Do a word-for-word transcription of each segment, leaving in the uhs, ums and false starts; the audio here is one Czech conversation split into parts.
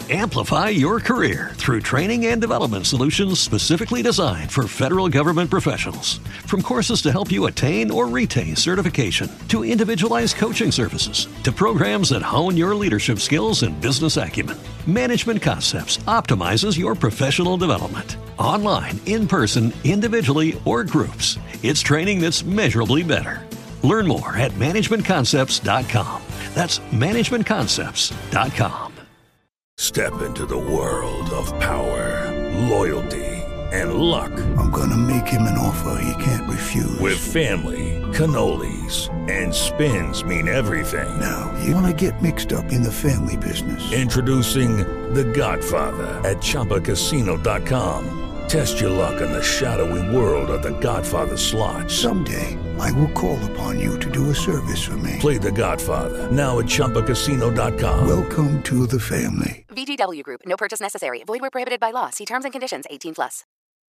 Amplify your career through training and development solutions specifically designed for federal government professionals. From courses to help you attain or retain certification, to individualized coaching services, to programs that hone your leadership skills and business acumen, Management Concepts optimizes your professional development. Online, in person, individually, or groups, it's training that's measurably better. Learn more at management concepts dot com. That's management concepts dot com. Step into the world of power, loyalty, and luck. I'm gonna make him an offer he can't refuse. With family, cannolis, and spins mean everything. Now, you wanna get mixed up in the family business. Introducing The Godfather at Chumba Casino dot com. Test your luck in the shadowy world of The Godfather slot. Someday, I will call upon you to do a service for me. Play The Godfather now at Chumba Casino dot com. Welcome to the family. V G W Group. No purchase necessary. Void where prohibited by law. See terms and conditions. eighteen plus.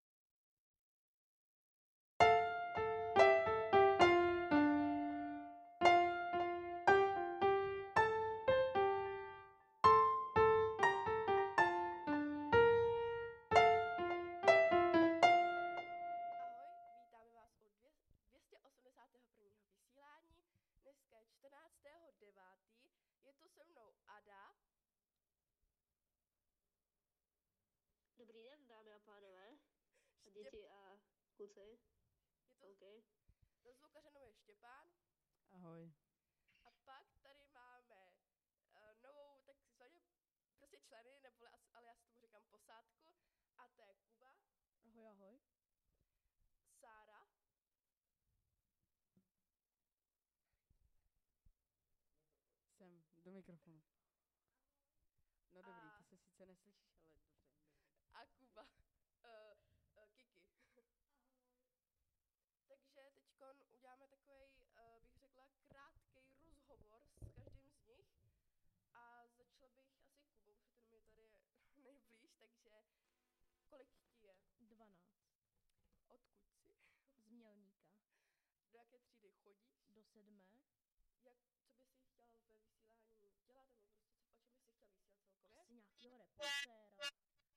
Dobrý den, dámy a pánové, a děti a kluci. Okay. Za zvukaře jmenuje Štěpán. Ahoj. A pak tady máme uh, novou takzvaně prostě členy, neboli, ale já si tomu říkám posádku. A to je Kuba. Ahoj, ahoj. Sára. Jsem do mikrofonu. No dobrý, to se sice neslyšíš, ale dobře. A Kuba. Uh, uh, Kiki. Takže teďkon uděláme takovej, uh, bych řekla, krátkej rozhovor s každým z nich. A začala bych asi Kubou, protože ten mi tady nejblíž, takže kolik ti je? dvanáct. Odkud jsi? Z Mělníka. Do jaké třídy chodíš? Do sedmé. Jak, co bys si chtěla ve vysílání dělat, nebo prostě o čem bys si chtěla vysílat celkově? Asi nějakýho reportéra.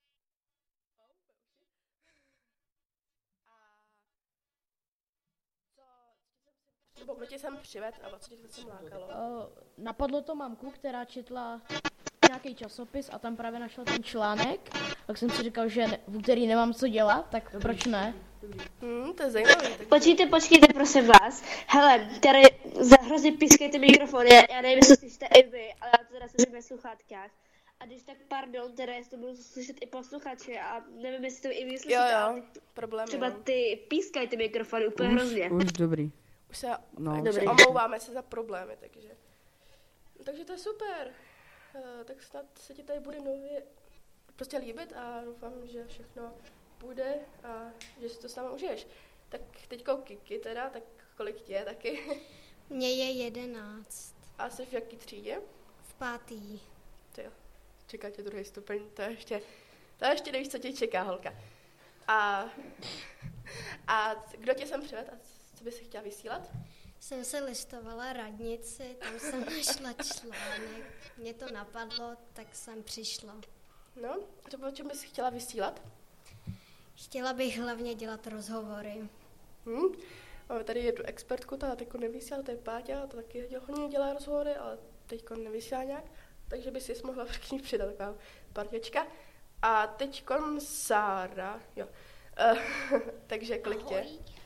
Nebo kdo tě sem přived, nebo co tě to sem lákalo? Uh, napadlo to mamku, která četla nějaký časopis a tam právě našla ten článek. Tak jsem si říkal, že ne, v úterý nemám co dělat, tak Dobrý. Proč ne? Hmm, to je zajímavé. Tak... Počkejte, počkejte, prosím vás. Hele, tady za hrozně pískejte mikrofon, já, já nevím, jestli slyšíte i vy, ale já to teda slyším ve sluchátkách. A když tak pardon, teda jestli to budu slyšet i posluchači a nevím, jestli to i vy slyšíte. Jo, jo, problém, třeba jo. Ty pískají ty mikrofony úplně už, hrozně. Už dobrý. Už se no. Dobrý. Omlouváme se za problémy, takže. Takže to je super. Uh, tak snad se ti tady bude nově prostě líbit a doufám, že všechno půjde a že si to s námi užiješ. Tak teďko Kiki teda, tak kolik tě je taky? Mně je jedenáct. A jsi v jaký třídě? V pátý. Tyjo, čeká tě druhý stupeň, to je ještě, to je ještě nevíš, co tě čeká, holka. A, a kdo tě sem přived a co bys chtěla vysílat? Jsem se listovala radnici, tam jsem našla článek. Mě to napadlo, tak jsem přišla. No, a to bylo, čem bys chtěla vysílat? Chtěla bych hlavně dělat rozhovory. Hmm. Máme tady jednu expertku, ta teďko nevysílá, to je Páťa, ta taky hodně dělá rozhovory, ale teďko nevysílá nějak, takže by si mohla k ní přidat, taková parťačka. A teďkon Sára, jo. Uh, takže kolik tě?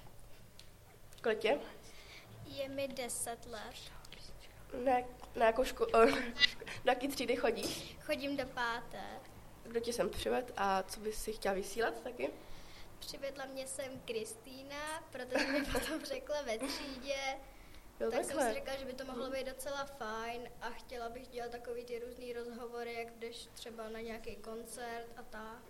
Kolik tě? Je mi deset let. Na, na jakou školu, uh, do jaký třídy chodíš? Chodím do páté. Kdo tě sem přived a co bys si chtěla vysílat taky? Přivedla mě sem Kristýna, protože mi potom řekla ve třídě. Jo, tak takhle. jsem si říkala, že by to mohlo být docela fajn a chtěla bych dělat takový ty různý rozhovory, jak jdeš třeba na nějaký koncert a tak.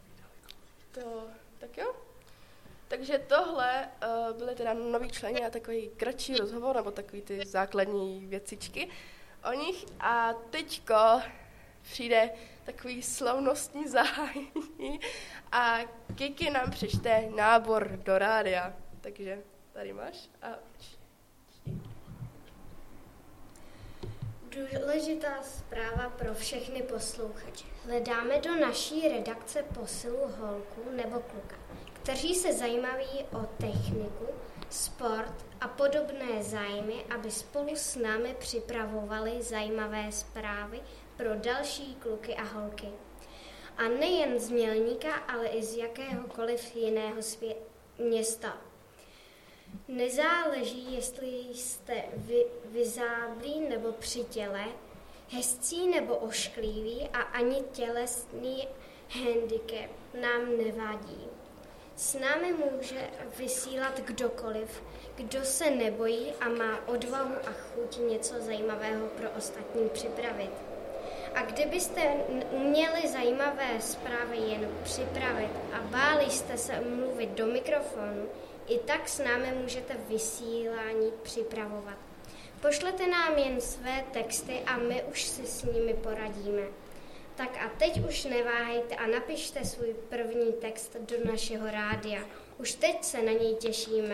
To, tak jo. Takže tohle uh, byly teda noví členi a takový kratší rozhovor, nebo takový ty základní věcičky o nich. A teďko přijde takový slavnostní zahájení a Kiki nám přečte nábor do rádia. Takže tady máš. A Důležitá zpráva pro všechny posluchače. Hledáme do naší redakce posilu holku nebo kluka, kteří se zajímaví o techniku, sport a podobné zájmy, aby spolu s námi připravovali zajímavé zprávy pro další kluky a holky. A nejen z Mělníka, ale i z jakéhokoliv jiného svě- města. Nezáleží, jestli jste vy, vyzáblí nebo při těle, hezcí nebo ošklivý a ani tělesný handicap nám nevadí. S námi může vysílat kdokoliv, kdo se nebojí a má odvahu a chuť něco zajímavého pro ostatní připravit. A kdybyste uměli zajímavé zprávy jen připravit a báli jste se mluvit do mikrofonu, i tak s námi můžete vysílání připravovat. Pošlete nám jen své texty a my už si s nimi poradíme. Tak a teď už neváhejte a napište svůj první text do našeho rádia. Už teď se na něj těšíme.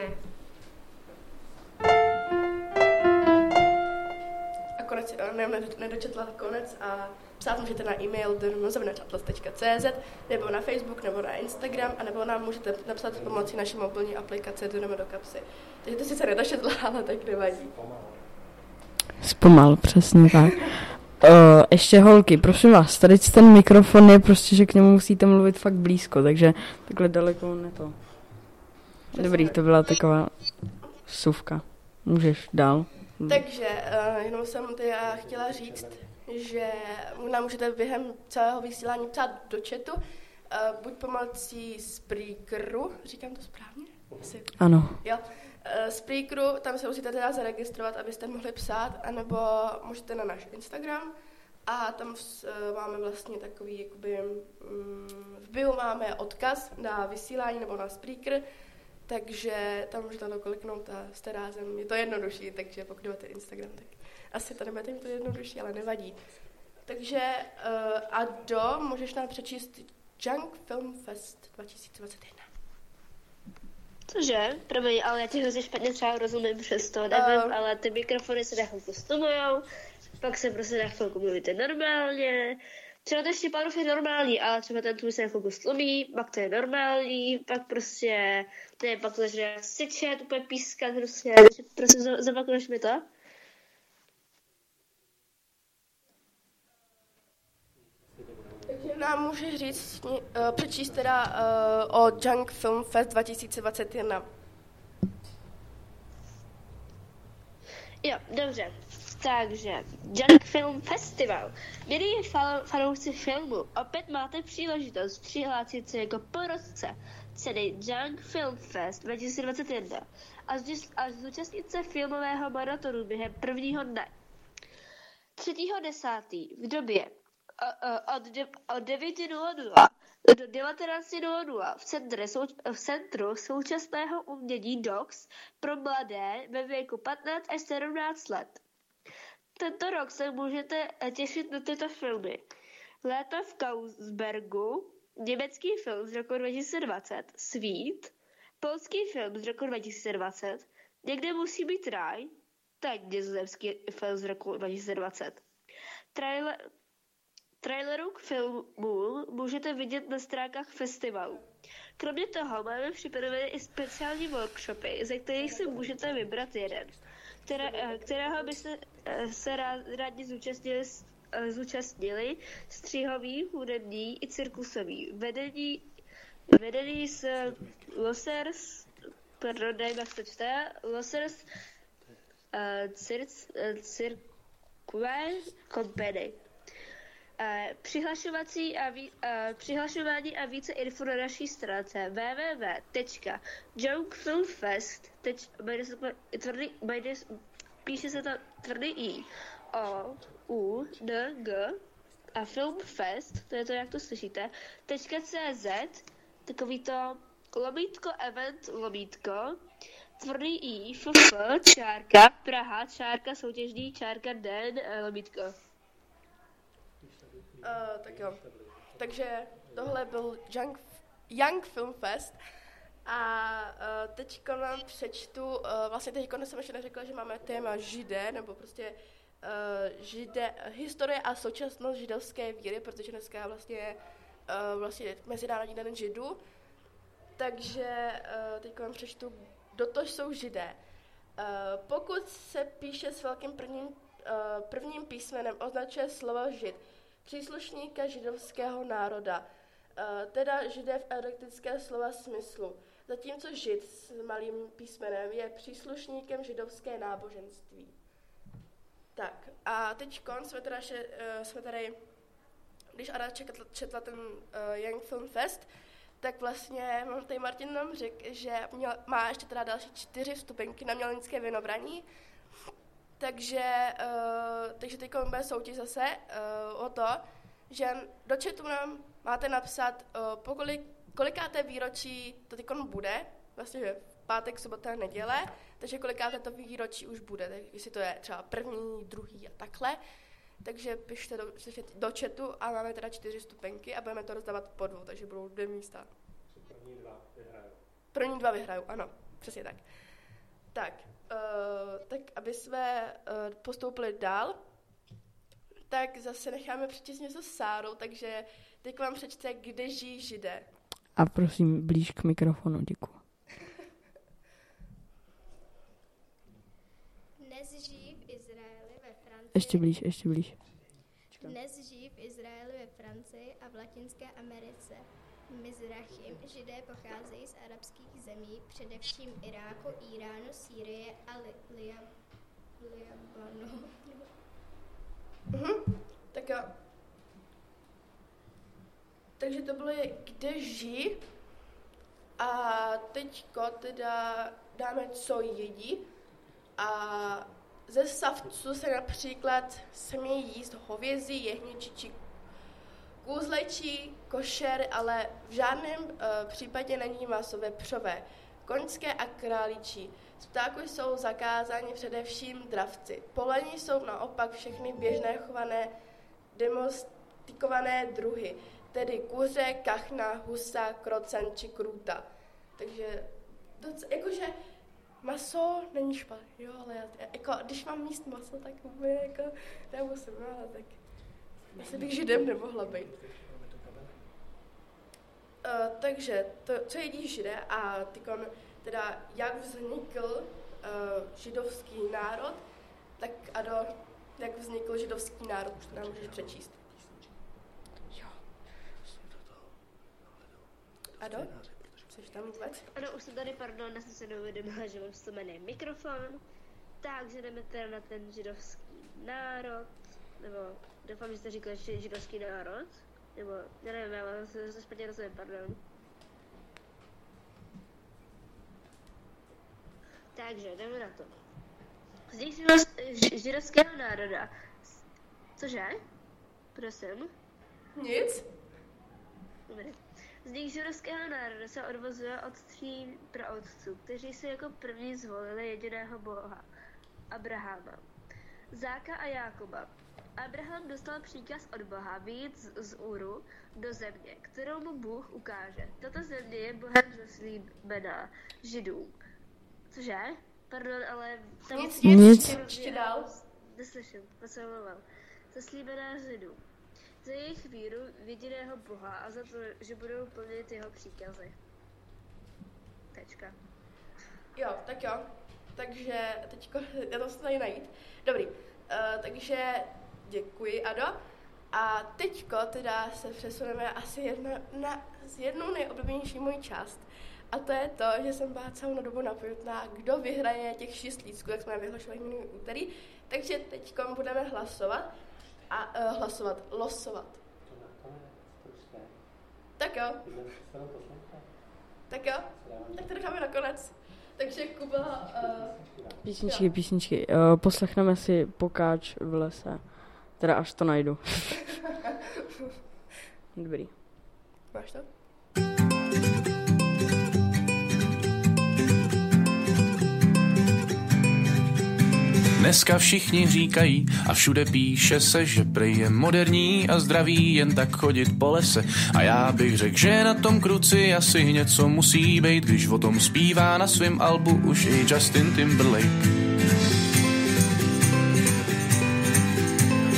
A konec, nevím, nedočetla konec a psát můžete na e-mail do zavináč atlas tečka cé zet nebo na Facebook nebo na Instagram a nebo nám můžete napsat pomocí naší mobilní aplikace Dynamo do kapsy. Takže to sice nedočetla, ale tak nevadí. Zpomal, přesně tak. Uh, ještě holky, prosím vás, tady ten mikrofon je prostě, že k němu musíte mluvit fakt blízko, takže takhle daleko ne to. Dobrý, to byla taková suvka. Můžeš dál. Takže uh, jenom jsem teda chtěla říct, že nám můžete během celého vysílání psát do chatu, uh, buď pomocí Spreakeru, říkám to správně? Asi. Ano. Jo. Uh, Spreakeru, tam se musíte teda zaregistrovat, abyste mohli psát, anebo můžete na náš Instagram a tam uh, máme vlastně takový, jakoby, um, v bio máme odkaz na vysílání nebo na Spreaker, takže tam můžete to kliknout a jste rázem. Je to jednodušší, takže pokud máte Instagram, tak asi to nebudete mít to jednodušší, ale nevadí. Takže uh, a do můžeš nám přečíst Junk Film Fest dva tisíce dvacet jedna. Cože? Promiň, ale já ti hrozně špatně třeba rozumím přesto, nevím, uh, ale ty mikrofony se na chvilku stumujou, pak se prostě na chvilku mluvíte normálně. Třeba ten Štěpánov je normální, ale třeba ten tvůj se na chvilku slumí, pak to je normální, pak prostě, ne, pak to začne syčet, úplně pískat, prostě, prostě zapakuješ mi to? Takže nám můžeš říct, uh, přečíst teda uh, o Junk Film Fest dva tisíce dvacet jedna. Jo, dobře. Takže, Junk Film Festival. Milí fanoušci filmu, opět máte příležitost přihlásit se jako porozce ceny Junk Film Fest dva tisíce dvacet jedna a zúčastnit se filmového maratonu během prvního dne. třetího desátého v době od, de, od devět nula nula do devatenáct nula nula v, centre, v centru současného umění D O X pro mladé ve věku patnáct až sedmnáct let. Tento rok se můžete těšit na tyto filmy. Léto v Kausbergu, německý film z roku dva tisíce dvacet, Svít, polský film z roku dva tisíce dvacet, Někde musí být ráj, tak nizozemský film z roku dva tisíce dvacet. Trailer, traileru k filmu můžete vidět na stránkách festivalu. Kromě toho máme připravené i speciální workshopy, ze kterých si můžete vybrat jeden, které, kterého byste se rádi zúčastnili, zúčastnili střihový, hudební i cirkusový. Vedení, vedení s Losers, prodej, jak se čte, Losers uh, Cirque Company. Uh, přihlašovací a ví, uh, přihlašování a více info na naší stránce w w w tečka junk film fest tečka píše se to tvrdý i o u d g a filmfest, to je to, jak to slyšíte, tečka cz, takový to lomítko event lomítko tvrdý i ff čárka Praha čárka soutěžní čárka den lomítko. Uh, tak jo. Takže tohle byl Young, Young Film Fest a uh, teďko nám přečtu, uh, vlastně teďko jsem ještě neřekla, že máme téma židé, nebo prostě uh, žide, historie a současnost židovské víry, protože dneska vlastně je uh, vlastně Mezinárodní den židů. Takže uh, teď vám přečtu, kdo to jsou židé. Uh, pokud se píše s velkým prvním, uh, prvním písmenem, označuje slovo žid, příslušníka židovského národa, uh, teda židé v eklektickém slova smyslu. Zatímco žid s malým písmenem je příslušníkem židovské náboženství. Tak a teď jsme teda, še, uh, jsme tady, když Ada četla, četla ten uh, Young Film Fest, tak vlastně tady Martin nám řekl, že měl, má ještě teda další čtyři vstupenky na Mělnické vinobraní, takže, uh, takže teď bude soutěž zase uh, o to, že do chatu nám máte napsat, uh, pokolik, kolikáté výročí to teď bude, vlastně že v pátek, sobota, neděle, takže kolikáté to výročí už bude, tak jestli to je třeba první, druhý a takhle. Takže pište do, do chatu a máme teda čtyři stupenky a budeme to rozdávat po dvou, takže budou dvě místa. První dva vyhrajou. První dva vyhrajou, ano, přesně tak. Tak, uh, tak aby jsme uh, postoupili dál, tak zase necháme přečíst něco s Sárou, takže teď vám přečte, kde žijí židé. A prosím, blíž k mikrofonu, děkuji. Dnes žijí v Izraeli ve Francii. Ještě blíž, ještě blíž. Dnes žijí v Izraeli ve Francii a v Latinské Americe. Mizrachim židé pocházejí z arabských zemí, především Iráku, Iránu, Sýrie a li- Liab- Liabanu. Mhm, tak jo. Takže to bylo kde žijí a teďko teda dáme co jedí a ze savců se například smějí jíst hovězí, jehničí či kůzlečí, košer, ale v žádném uh, případě není maso vepřové, koňské a králičí. Z ptáků jsou zakázáni především dravci. Polení jsou naopak všechny běžné chované domestikované druhy, tedy kuře, kachna, husa, krocen či krůta. Takže doc- jakože maso není špatné, jo, ale já, jako, když mám jíst maso, tak úplně jako nemusím, no, ale tak asi bych židem nemohla být. Uh, takže to, co jedí židé a tykon, teda jak vznikl uh, židovský národ, tak Ado, jak vznikl židovský národ, už to nám můžeš přečíst. Ado? Jsi tam vůbec? Ano, už jsem tady, pardon, já jsem se neuvědomila, že mám vztumený mikrofon. Takže jdeme teda na ten židovský národ, nebo doufám, že jste říkali, že je židovský národ, nebo já nevím, ale se, se špatně rozumím, pardon. Takže jdeme na to. Vznik židovského národa. Cože? Prosím? Nic. Dobrý. Vznik židovského národa se odvozuje od tří praotců, kteří si jako první zvolili jediného boha, Abrahama, Záka a Jákoba. Abraham dostal příkaz od Boha vyjít z, z Uru do země, kterou mu Bůh ukáže. Tato země je Bohem zaslíbená Židům. Cože? Pardon, ale... Nic, nic. Ještě dál. Neslyším, to se omlouvám. Zaslíbená Židům. Za jejich víru v jediného Boha a za to, že budou plnit jeho příkazy. Tečka. Jo, tak jo. Takže teďko, já to se tady najít. Dobrý, uh, takže děkuji, Ado. A teďko teda se přesuneme asi jedna, na jednu nejoblíbenější moji část. A to je to, že jsem byla celou dobu napojutná, kdo vyhraje těch šest lístků, jak jsme vyhlašovali minulý úterý. Takže teďko budeme hlasovat. A uh, hlasovat, losovat. Tak jo. Tak jo. Tak to necháme nakonec. Takže Kuba... Uh, písničky, jo. písničky. Uh, poslechneme si Pokáč v lese. Teda až to najdu. Dobrý. Máš to? Dneska všichni říkají a všude píše se, že prej je moderní a zdravý jen tak chodit po lese. A já bych řekl, že na tom kruci asi něco musí být, když o tom zpívá na svém albu už i Justin Timberlake.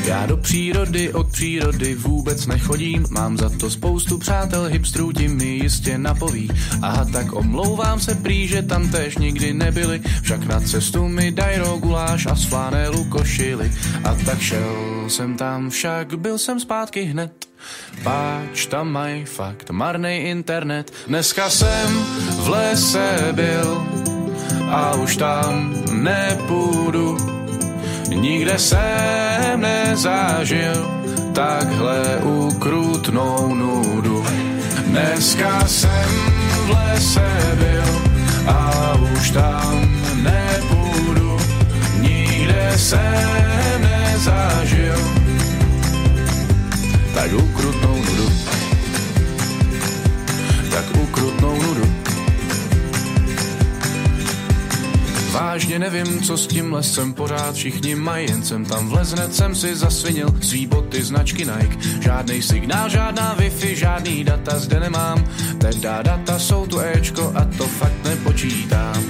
Já do přírody od přírody vůbec nechodím, mám za to spoustu přátel hipstrů, ti mi jistě napoví. Aha, tak omlouvám se prý, že tam též nikdy nebyli, však na cestu mi daj guláš a z flanelu košily. A tak šel jsem tam, však byl jsem zpátky hned, páč tam maj fakt marnej internet. Dneska jsem v lese byl a už tam nepůjdu, nikde jsem nezažil takhle ukrutnou nudu. Dneska jsem v lese byl a už tam nepůjdu, nikde jsem nezažil tak ukrutnou nudu, tak ukrutnou nudu. Vážně nevím, co s tím lesem pořád všichni mají, jen jsem tam vlez, hned jsem si zasvinil svý boty značky Nike. Žádnej signál, žádná Wi-Fi, žádný data zde nemám, teda data jsou tu Ečko a to fakt nepočítám.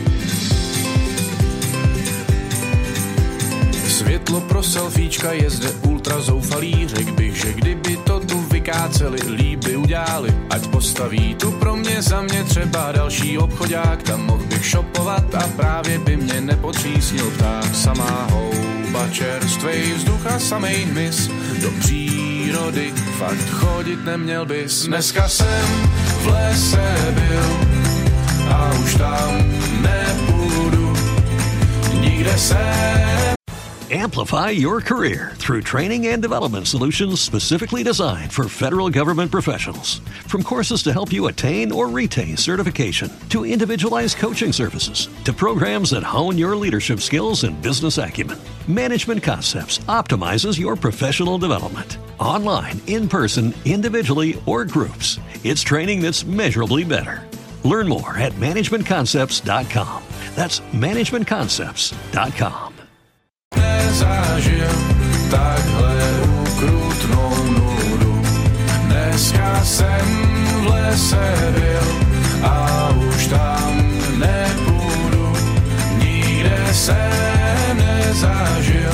Světlo pro selfiečka je zde ultra zoufalý, řekl bych, že kdyby to tu vykáceli, líp by udělali, ať postaví tu pro mě za mě třeba další obchodák, tam mohl bych shopovat a právě by mě nepotřísnil pták. Samá houba, čerstvej vzduch a samej hmyz, do přírody fakt chodit neměl bys. Dneska jsem v lese byl a už tam nepůjdu, nikde jsem. Amplify your career through training and development solutions specifically designed for federal government professionals. From courses to help you attain or retain certification, to individualized coaching services, to programs that hone your leadership skills and business acumen, Management Concepts optimizes your professional development. Online, in person, individually, or groups, it's training that's measurably better. Learn more at management concepts dot com. That's management concepts dot com. Nezažil takhle ukrutnou nudu. Dneska jsem v lese byl a už tam nepůjdu, nikde jsem nezažil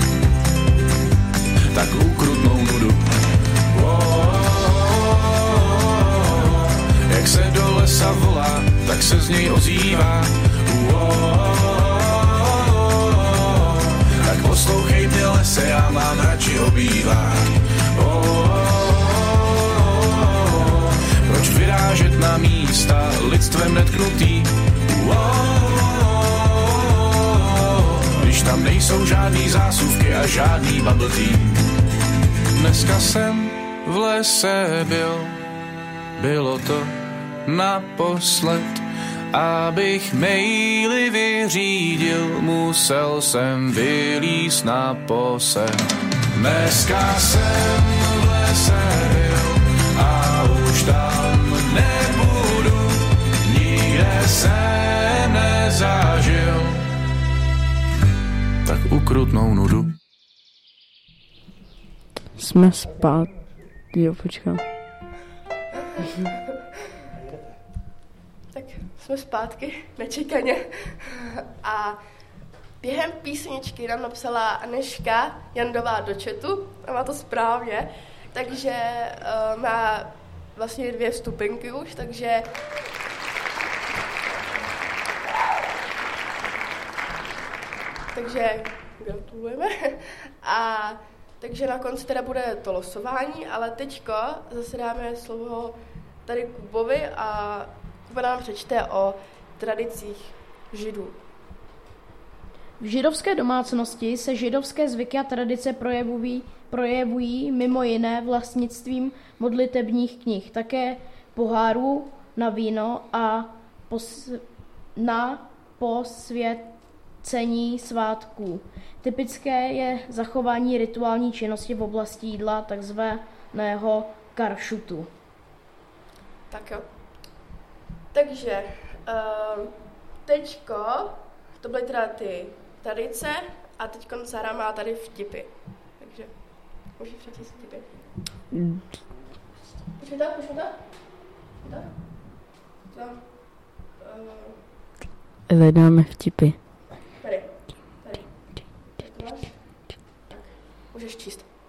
tak ukrutnou nudu. Oh, oh, oh, jak se do lesa volá, tak se z něj ozývá. Oh, poslouchej mě lese, já mám radši obývák. Oh, oh, oh, proč vyrážet na místa lidstvem netknutý? Oh, oh, když tam nejsou žádný zásuvky a žádný bubble tea. Dneska jsem v lese byl, bylo to naposled. Abych maily vyřídil, musel jsem vylízt na posed. Dneska jsem v lese byl a už tam nebudu, nikde jsem nezažil tak ukrutnou nudu. Jsme spát. Jo, počkám. Jsme zpátky, nečekaně. A během písničky nám napsala Aneška Jandová do chatu, a má to správně, takže uh, má vlastně dvě vstupenky už, takže takže gratulujeme. A takže na konci teda bude to losování, ale teďko zase dáme slovo tady Kubovi a Kuba nám přečte o tradicích Židů. V židovské domácnosti se židovské zvyky a tradice projevují, projevují mimo jiné vlastnictvím modlitebních knih, také pohárů na víno a pos, na posvěcení svátků. Typické je zachování rituální činnosti v oblasti jídla, takzvaného karšutu. Tak jo. Takže uh, teďko, to byly teda ty tradice a teďko Sara má tady vtipy. Takže můžeš přečíst vtipy. Mm. Počkej tak, počkej tak. Tak. Tam. Uh, Hledáme vtipy. Tady. Tady. Tak. Můžeš číst.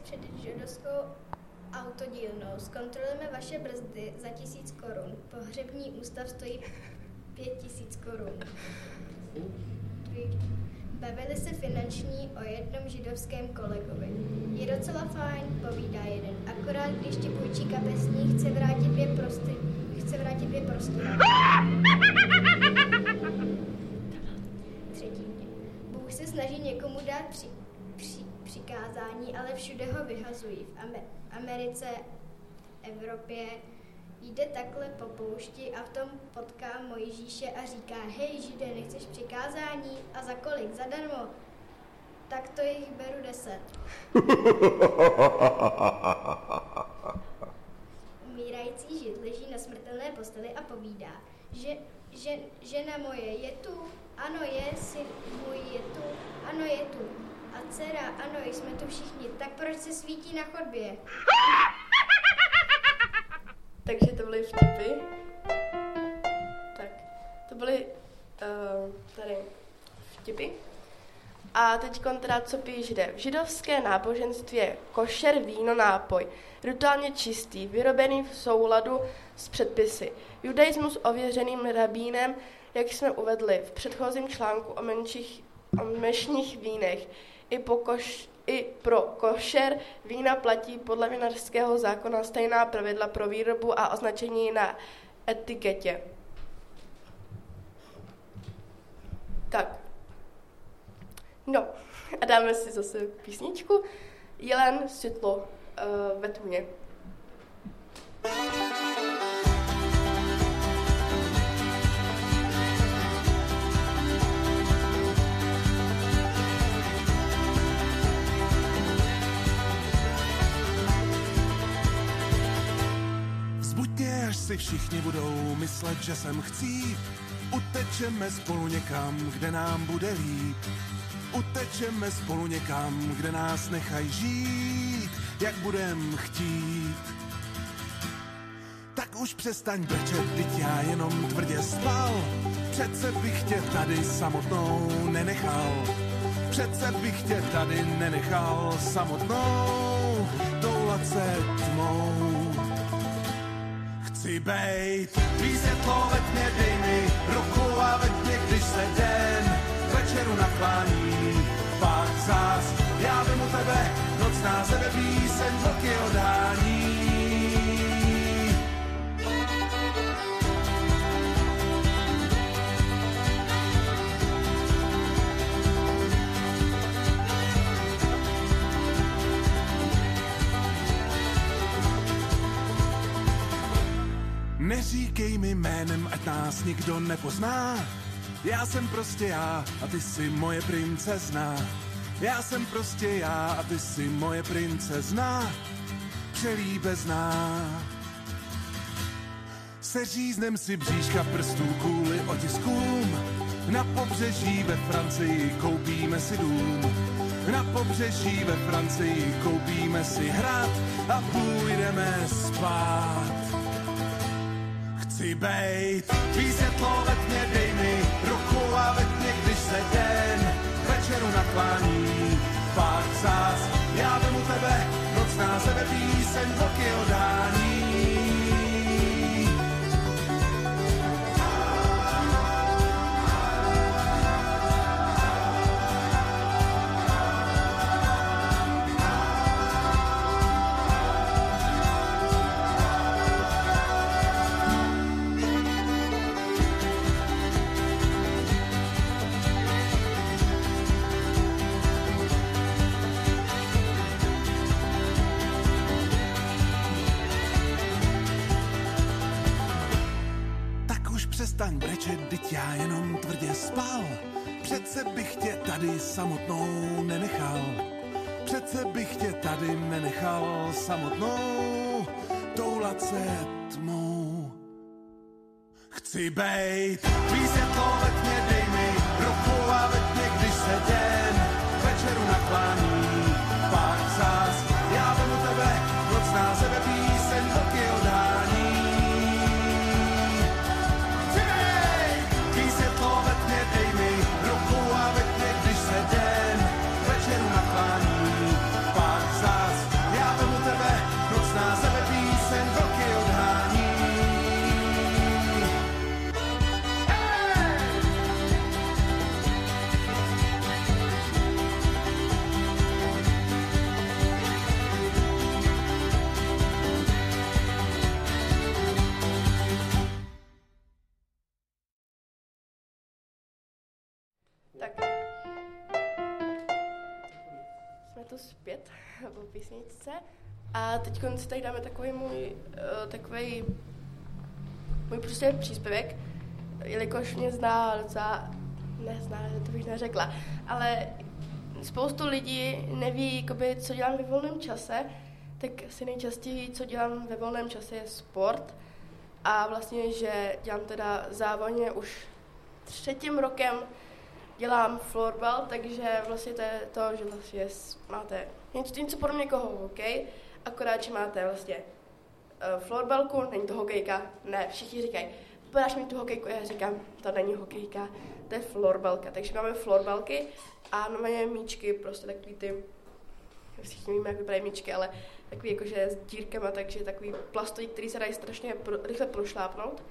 před židovskou autodílnou. Zkontrolujeme vaše brzdy za tisíc korun. Pohřební ústav stojí pět tisíc korun. Bavili se finanční o jednom židovském kolegovi. Je docela fajn, povídá jeden. Akorát když ti půjčí kapesník, chce vrátit dvě prosty. Chce vrátit dvě prosty. Třetí. Bůh se snaží někomu dát při, při, přikázání, ale všude ho vyhazují. V Amer- Americe, Evropě jde takhle po poušti a v tom potká Mojžíše a říká: hej Žide, nechceš přikázání? A za kolik? Zadarmo. Tak to jich beru deset. Umírající Žid leží na smrtelné posteli a povídá, že, že žena moje je tu, ano je, syn můj je tu, ano je tu. A dcera, ano, jsme tu všichni, tak proč se svítí na chodbě? Takže to byly vtipy. Tak, to byly uh, tady vtipy. A teď teda, co píš jde. V židovské náboženství je košer víno nápoj, rituálně čistý, vyrobený v souladu s předpisy. Judaismus ověřeným rabínem, jak jsme uvedli v předchozím článku o, menších, o mešních vínech. I, po koš, I pro košer vína platí podle vinařského zákona stejná pravidla pro výrobu a označení na etiketě. Tak. No, a dáme si zase písničku. Jelen světlo uh, ve tmě. Vzbuďně, až si všichni budou myslet, že jsem chcíp. Utečeme spolu někam, kde nám bude líp. Utečeme spolu někam, kde nás nechaj žít, jak budem chtít. Tak už přestaň brečet, vždyť já jenom tvrdě spal. Přece bych tě tady samotnou nenechal. Přece bych tě tady nenechal samotnou, toulat se tmou. Chci bejt, tvý světlo ve tmě, dej mi ruku a ve tmě, když se den večeru naklání. Pak zás, já vemu tebe, noc na sebe píseň, vlky odhání. Neříkej mi jménem, ať nás nikdo nepozná. Já jsem prostě já a ty jsi moje princezna. Já jsem prostě já a ty jsi moje princezna. Přelíbezná. Seříznem si bříška prstů kvůli otiskům. Na pobřeží ve Francii koupíme si dům. Na pobřeží ve Francii koupíme si hrad a půjdeme spát. Chci bejt, tvý světlo ve tmě, dej mi ruku a ve tmě, když se den večeru naklání. Pak zás, já vemu tebe, noc na sebe píseň, vlky odhání. Přestaň brečet, vždyť já jenom tvrdě spal. Přece bych tě tady samotnou nenechal. Přece bych tě tady nenechal samotnou, toulat se tmou. Chci bejt, tvý světlo ve tmě, dej mi ruku a ve tmě, když se den večeru naklání. Pak zás, já vemu tebe, noc na sebe píseň, vlky odhání. to zpět po písničce. A teď si tady dáme takový můj, uh, takový můj prostě příspěvek, jelikož mě zná docela, nezná, to bych neřekla, ale spoustu lidí neví, jakoby, co dělám ve volném čase, tak si nejčastěji, co dělám ve volném čase, je sport. A vlastně, že dělám teda závodně už třetím rokem, dělám florbal, takže vlastně to je to, že vlastně máte něco, něco podobně jako hokej, akorát, že máte vlastně uh, florbalku, není to hokejka, ne, všichni říkají, podáš mi tu hokejku, já říkám, to není hokejka, to je florbalka, takže máme florbalky a máme míčky, prostě takový ty, všichni víme, jak vypadají míčky, ale takový jakože s dírkama, takže takový plastový, který se dají strašně pro, rychle prošlápnout.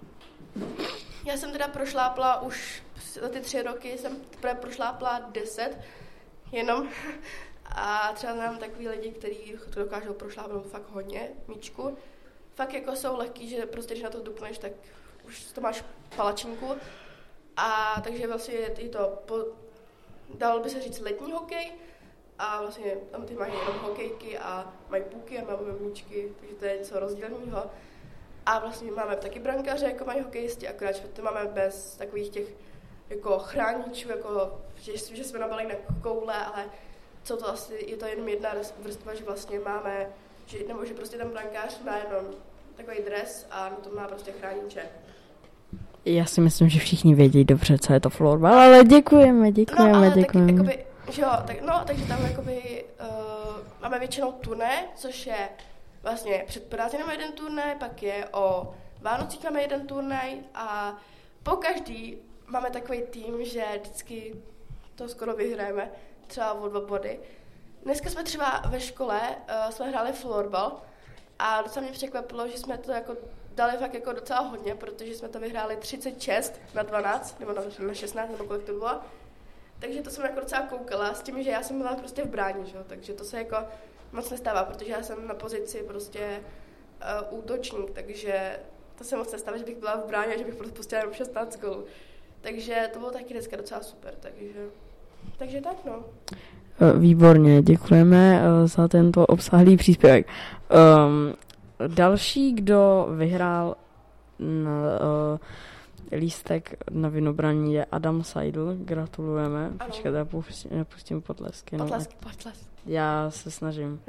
Já jsem teda prošlápla už za ty tři roky, jsem teprve prošlápla deset, jenom. A třeba znám takový lidi, kteří dokážou prošlápnout fakt hodně míčku. Fakt jako jsou lehký, že prostě když na to dupneš, tak už to máš palačinku. A takže vlastně je to, po, dalo by se říct, letní hokej. A vlastně tam ty mají jenom hokejky a mají půky a máme míčky, takže to je něco rozdílného. A vlastně máme taky brankáře, jako mají hokejisti, akorát, že to máme bez takových těch jako chráničů, jako, že, že jsme nabalili na koule, ale co to asi, je to jenom jedna vrstva, že vlastně máme, že, nebo že prostě ten brankář má jenom takový dres a na tom má prostě chrániče. Já si myslím, že všichni vědí dobře, co je to florbal, ale děkujeme, děkujeme, no, ale děkujeme. Taky, jakoby, že jo, tak, no, takže tam jakoby, uh, máme většinou turné, což je vlastně před prázdninami jeden turnaj, pak je o Vánocích máme jeden turnaj a po každý máme takový tým, že vždycky to skoro vyhrajeme, třeba o dva body. Dneska jsme třeba ve škole, uh, jsme hráli florbal a docela mě překvapilo, že jsme to jako dali fakt jako docela hodně, protože jsme to vyhráli třicet šest na dvanáct, nebo na šestnáct, nebo kolik to bylo. Takže to jsem jako docela koukala s tím, že já jsem byla prostě v bráně, že? Takže to se jako moc nestává, protože já jsem na pozici prostě uh, útočník, takže to se moc nestává, že bych byla v bráně, že bych prostě pustila jenom šestnáct gólů. Takže to bylo taky dneska docela super, takže, takže tak no. Výborně, děkujeme za tento obsáhlý příspěvek. Um, další, kdo vyhrál na, uh, lístek na vynobraní, je Adam Seidl. Gratulujeme. Počkejte, já pustím, já pustím potlesky. Potlesky, no. Potlesky. Já se snažím.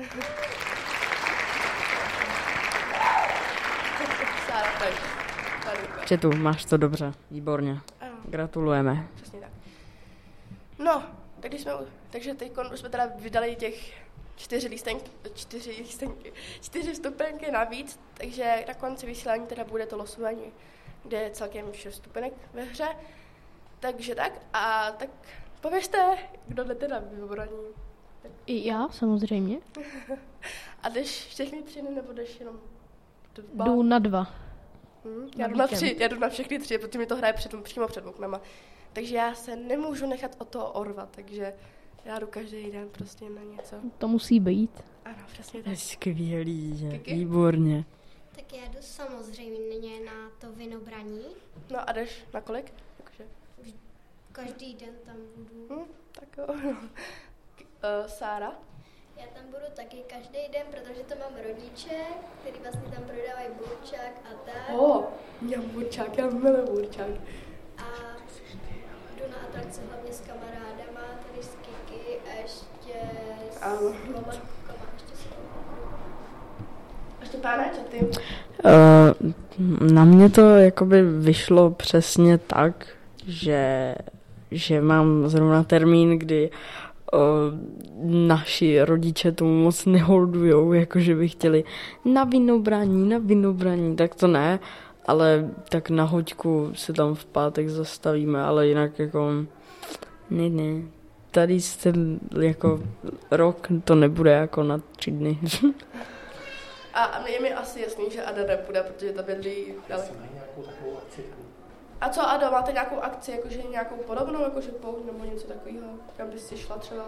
Četu, máš to dobře. Výborně. Ano. Gratulujeme. Přesně tak. No, tak když jsme, takže teď už jsme teda vydali těch čtyři lístenky, čtyři lístenky, čtyři vstupenky navíc, takže na konci vysílání teda bude to losování, kde je celkem šest vstupenek ve hře. Takže tak, a tak pověřte, kdo jdete na vybraní. I já, samozřejmě. A jdeš všechny tři, nebo jdeš jenom dva? Jdu na dva. Hmm, já jdu na tři, já jdu na všechny tři, protože mi to hraje před, přímo před oknama. Takže já se nemůžu nechat o toho orvat, takže já jdu každý den prostě na něco. To musí být. Ano, přesně tak. Skvělý, že? Výborně. Tak já jdu samozřejmě na to vynobraní. No a jdeš na kolik? Jakože? Každý den tam budu. Hmm, tak jo. uh, Sára? Já tam budu taky každý den, protože to mám rodiče, který vlastně tam prodávají burčák a tak. Oh, já burčák, já miluji burčák. A jdu na atrakce hlavně s kamarádama, tady s Kiki a ještě s Lomatkama, ještě s A Štěpáne, co ty? Uh, na mě to jakoby vyšlo přesně tak, že, že mám zrovna termín, kdy uh, naši rodiče tomu moc neholdujou, jakože by chtěli na vynobraní, na vynobraní, tak to ne, ale tak na hoďku se tam v pátek zastavíme, ale jinak jako ne, ne. Tady jste jako rok, to nebude jako na tři dny. A je mi asi jasný, že Ada nepůjde, protože ta bydlí daleko. A co Ada, máte nějakou akci, jakože nějakou podobnou, jakože pouť nebo něco takového, kam bys si šla třeba?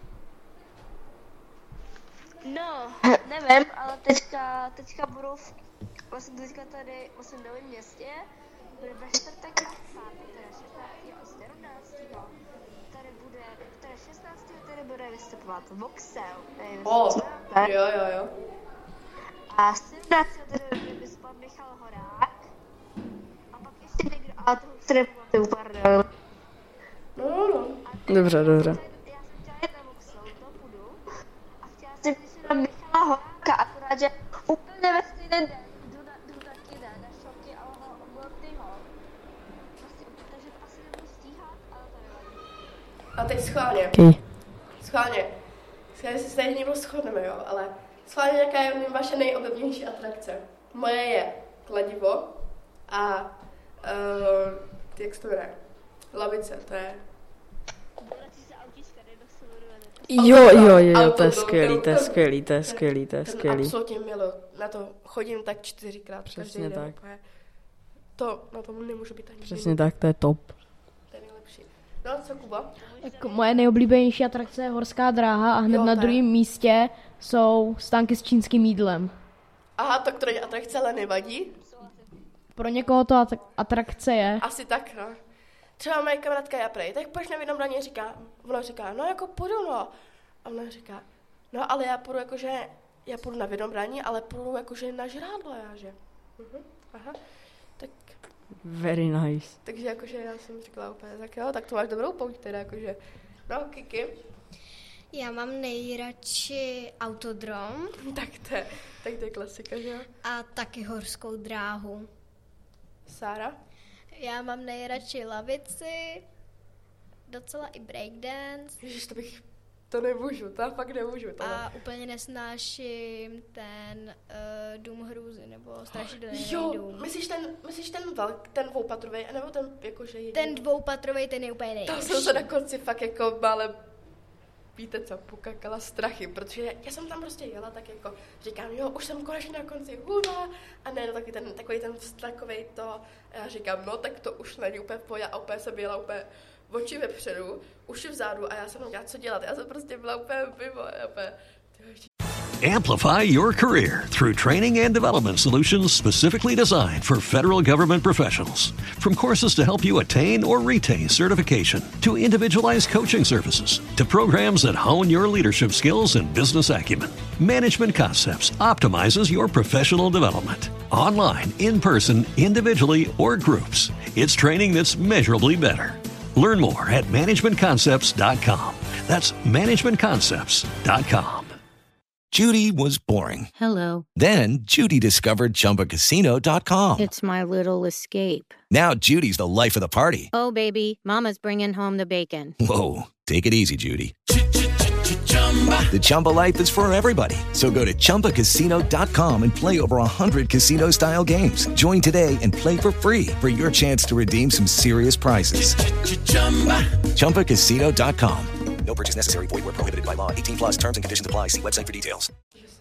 No, nevím, ale teďka, teďka budu v, vlastně teďka tady vlastně v Novém Městě, bude ve čtvrtek a v pátek, teda šestnáctého a sedmnáctého Tady bude které šestnáctého tedy bude vystupovat Voxel. O, jo, jo, jo. A sedmnáctého tedy bude vystupovat Michal Horák. A pak ještě někdo, ale toho se nepamatuju, pardon. No, no, no. Dobře, dobře. Já jsem chtěla jít na Voxel, to půjdu. A chtěla jsem jít na Michala Horáka, akorát, že úplně ve stejný den jdu, na, jdu taky ne, na šoky a ho Mortyho. Prostě, takže to asi nebudu stíhat, ale to nevadí. A teď schválně. Okay. Schválně. Schválně si stejně někdo shodneme, jo, ale schválně, jaká je vaše nejoblíbenější atrakce. Moje je kladivo a uh, jak se to jmenuje? Lavice, to je... Jo, jo, jo, to je skvělý, to je skvělý, to je skvělý, to je skvělý. Absolutně miluji. Na to chodím tak čtyřikrát každý den. tak. To, na tom nemůžu být ani. Přesně tak, to je top. To je nejlepší. No, co Kuba? Tak moje nejoblíbenější atrakce je horská dráha a hned Jo, na tak. druhém místě jsou stánky s čínským jídlem. Aha, to které atrakce ale nevadí? Pro někoho to at- atrakce je. Asi tak, no. Třeba moje kamarádka je prej, tak proč na Vinobraně říká, ona říká, no jako půjdu, no. A ona říká, no ale já půjdu jakože, já půjdu na Vinobraní, ale půjdu jakože na žrádlo, já, že. Uh-huh. Aha, tak. Very nice. Takže jakože já jsem říkala úplně, tak jo, tak to máš dobrou pouť teda, jakože. No, Kiki. Já mám nejradši autodrom. tak, to je, tak to je klasika, že jo. A taky horskou dráhu. Sára? Já mám nejradši lavici, docela i breakdance. Ježiš, to bych, to nemůžu, to fakt nemůžu. Tohle. A úplně nesnáším ten uh, dům hrůzy, nebo strašidelný Jo, dům. myslíš ten, myslíš ten velk, ten dvoupatrový, nebo ten jakože jediný? Ten dvoupatrový, ten je úplně nejlepší. To jsem se na konci fakt jako málem, víte co, pokakala strachy, protože já jsem tam prostě jela tak jako, říkám, jo, už jsem konečně na konci, hurá, a ne, no, taky ten, takový ten vztlakovej to, a já říkám, no, tak to už není úplně v pohodě, a úplně jsem jela úplně oči vepředu, uši vzadu, a já jsem neměla co dělat, já jsem prostě byla úplně mimo, já úplně, Amplify your career through training and development solutions specifically designed for federal government professionals. From courses to help you attain or retain certification, to individualized coaching services, to programs that hone your leadership skills and business acumen, Management Concepts optimizes your professional development. Online, in person, individually, or groups, it's training that's measurably better. Learn more at management concepts dot com. That's management concepts dot com. Judy was boring. Hello. Then Judy discovered Chumba Casino dot com. It's my little escape. Now Judy's the life of the party. Oh, baby, mama's bringing home the bacon. Whoa, take it easy, Judy. The Chumba life is for everybody. So go to Chumba Casino dot com and play over one hundred casino-style games. Join today and play for free for your chance to redeem some serious prizes. Chumba Casino dot com. No purchase necessary. Void where prohibited by law. eighteen plus terms and conditions apply. See website for details.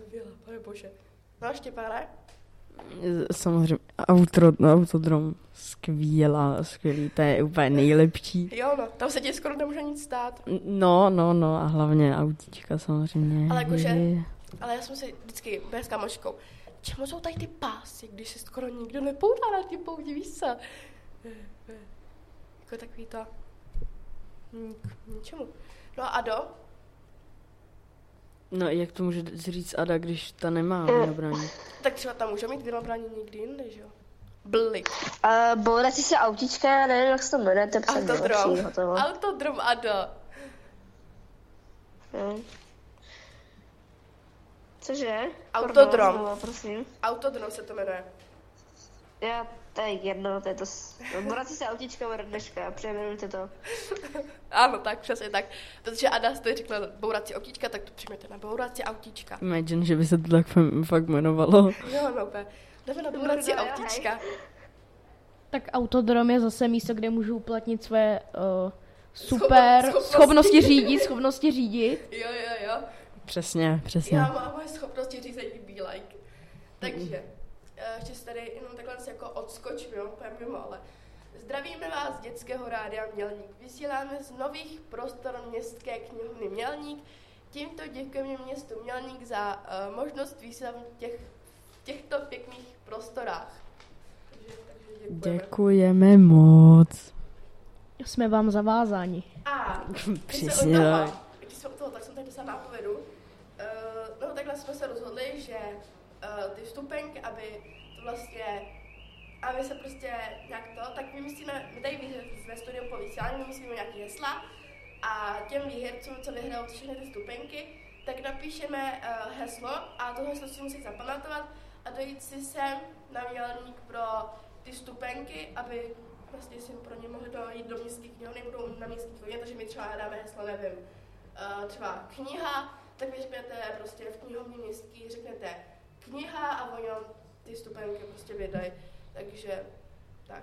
No, Štěpáne? Samozřejmě, outro, no, autodrom, skvělá, skvělý, to je úplně nejlepší. Jo, no, tam se ti skoro nemůže nic stát. No, no, no, a hlavně autíčka samozřejmě. Ale jakože, ale já jsem si vždycky byl s kamoškou, čemu jsou tady ty pásy, když se skoro nikdo nepoutá na ty pouti, víš co? Jako takový to, k ničemu. No a Ado? No, jak to může říct Ada, když ta nemá vinobraní? Tak třeba tam může mít vinobraní někdy jinde, že jo? Blik. Uh, Bourací se autíčka, já nevím, jak se to jmenuje, to je Autodrom. Autodrom, Ado. Hmm. Cože? Autodrom. Pardon, prosím. Autodrom se to jmenuje. Já, to je jedno, to je to... Bourací se autíčka ode dneška, přejmenujte to. Ano, tak, přesně tak. Protože Ada jste řekla bourací autíčka, tak to přijměte na bourací autíčka. Imagine, že by se to tak fakt jmenovalo. Jo, no, úplně. Jdeme na bourací autíčka. Tak autodrom je zase místo, kde můžu uplatnit své uh, super schopnosti. schopnosti řídit, schopnosti řídit. Jo, jo, jo. Přesně, přesně. Já mám moje schopnosti řízení be like. Takže, ještě se tady jenom takhle jako odskočím, jo, úplně mimo, ale zdravíme vás z dětského rádia Mělník. Vysíláme z nových prostor městské knihovny Mělník. Tímto děkujeme městu Mělník za uh, možnost vysílat v těch, těchto pěkných prostorách. Takže, takže děkujeme. Děkujeme moc. Jsme vám zavázáni. A Přesně tak. Když jsme u toho, tak jsem tady dostala nápovědu. Uh, no takhle jsme se rozhodli, že uh, ty vstupenky, aby to vlastně, aby se prostě nějak to, tak vymyslíme, my tady ve studiu po vysílání vymyslíme nějaký hesla a těm výhercům, co vyhrajou všechny ty vstupenky, tak napíšeme uh, heslo a to heslo si musí zapamatovat a dojít si sem na výjelník pro ty vstupenky, aby vlastně si pro ně mohli dojít do městské knihovny, budou na městské knihovně, takže my třeba dáme heslo, nevím, uh, třeba kniha, tak vy řeknete prostě v knihovně městský, řeknete kniha a oni vám ty vstupenky prostě vydají, takže tak.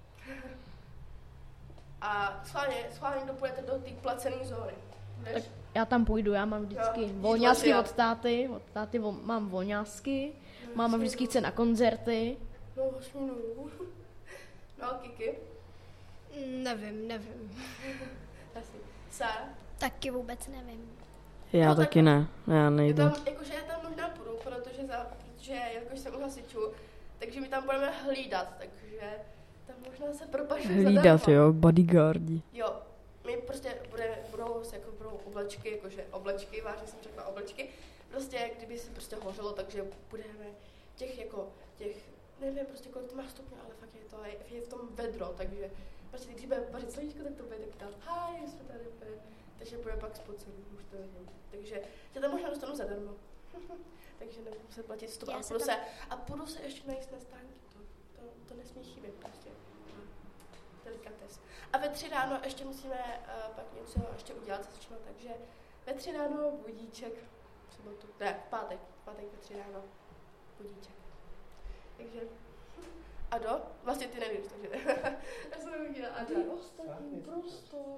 A schválně, schválně dopůjdete do té placené zóny. Tak já tam půjdu, já mám vždycky Jo, volňásky od táty, od táty vo, mám volňásky, máma vždycky chce na koncerty. No, šmínu. No, Kiki? Nevím, nevím. Asi. Sára? Taky vůbec nevím. Já No, taky ne, já nejdu. Já tam, jakože já tam možná půjdu, protože, za, protože jakož jsem u hasičů, takže my tam budeme hlídat, takže tam možná se propašuji Hlídat, zadarmo. jo, bodyguardi. Jo, my prostě bude, budou, jako budou oblečky, jakože oblečky, vážně jsem řekla oblečky, prostě kdyby se prostě hořelo, takže budeme těch jako, těch, nevím prostě kolik to má stupňů, ale fakt je to, je, je v tom vedro, takže prostě když bude vařit slovíčko, tak to bude taky tam, hi, jsme tady, takže bude pak spocený, už to vidím, takže já tam možná dostanu zadarmo, takže nebudu se platit vstup a půjdu se, a půjdu se ještě najíst na stánky, to, to, to nesmí chybět prostě. Delikates. A ve tři ráno ještě musíme uh, pak něco ještě udělat se začíná, takže ve tři ráno budíček, třeba tu, ne, v pátek, v pátek ve tři ráno budíček. Takže, Ado, vlastně ty nevíš, takže já jsem viděla Ado. Ostatní prostor.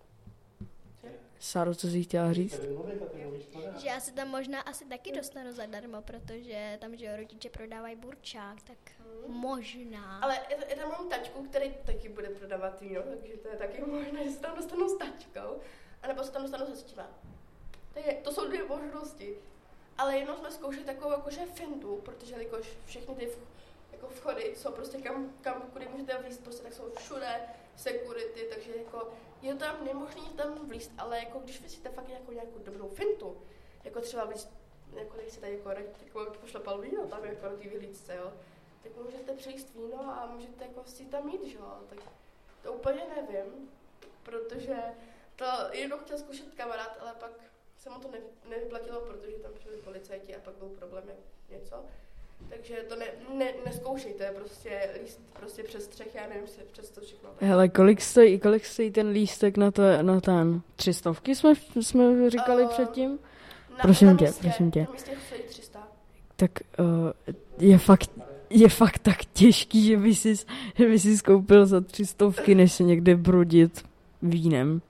Sáro, co jsi chtěla říct? Že já se tam možná asi taky dostanu zadarmo, protože tam, že rodiče prodávají burčák, tak hmm. možná. Ale já tam mám tačku, který taky bude prodávat víno, takže to je taky možné, že se tam dostanu s tačkou, anebo se tam dostanu se stíma. To, je, to jsou dvě možnosti. Ale jednou jsme zkoušeli takovou jakože fintu, protože jakož všechny ty jako vchody jsou prostě kam, kam kudy můžete vlízt, prostě tak jsou všude security, takže jako je tam nemožný tam vlízt, ale jako když vysíte fakt nějakou, nějakou dobrou fintu, jako třeba vlízt, jako když se tady jako, jako pošlapal víno tam jako na té vyhlídce, jo, tak můžete přejíst víno a můžete jako si tam jít, jo, tak to úplně nevím, protože to jednou chtěl zkušet kamarád, ale pak se mu to ne, nevyplatilo, protože tam přišli policajti a pak byl problém něco. Takže to ne, ne, neskoušejte, prostě líst prostě přes střech, já nevím si přes to všechno. Hele, kolik stojí, kolik stojí ten lístek na, to, na ten tři stovky jsme, jsme říkali uh, předtím? Na, prosím na tě, místě, prosím tě. Na místě stojí tři sta. Tak uh, je fakt, je fakt tak těžký, že by si, že by si skoupil za tři stovky, než se někde brodit vínem.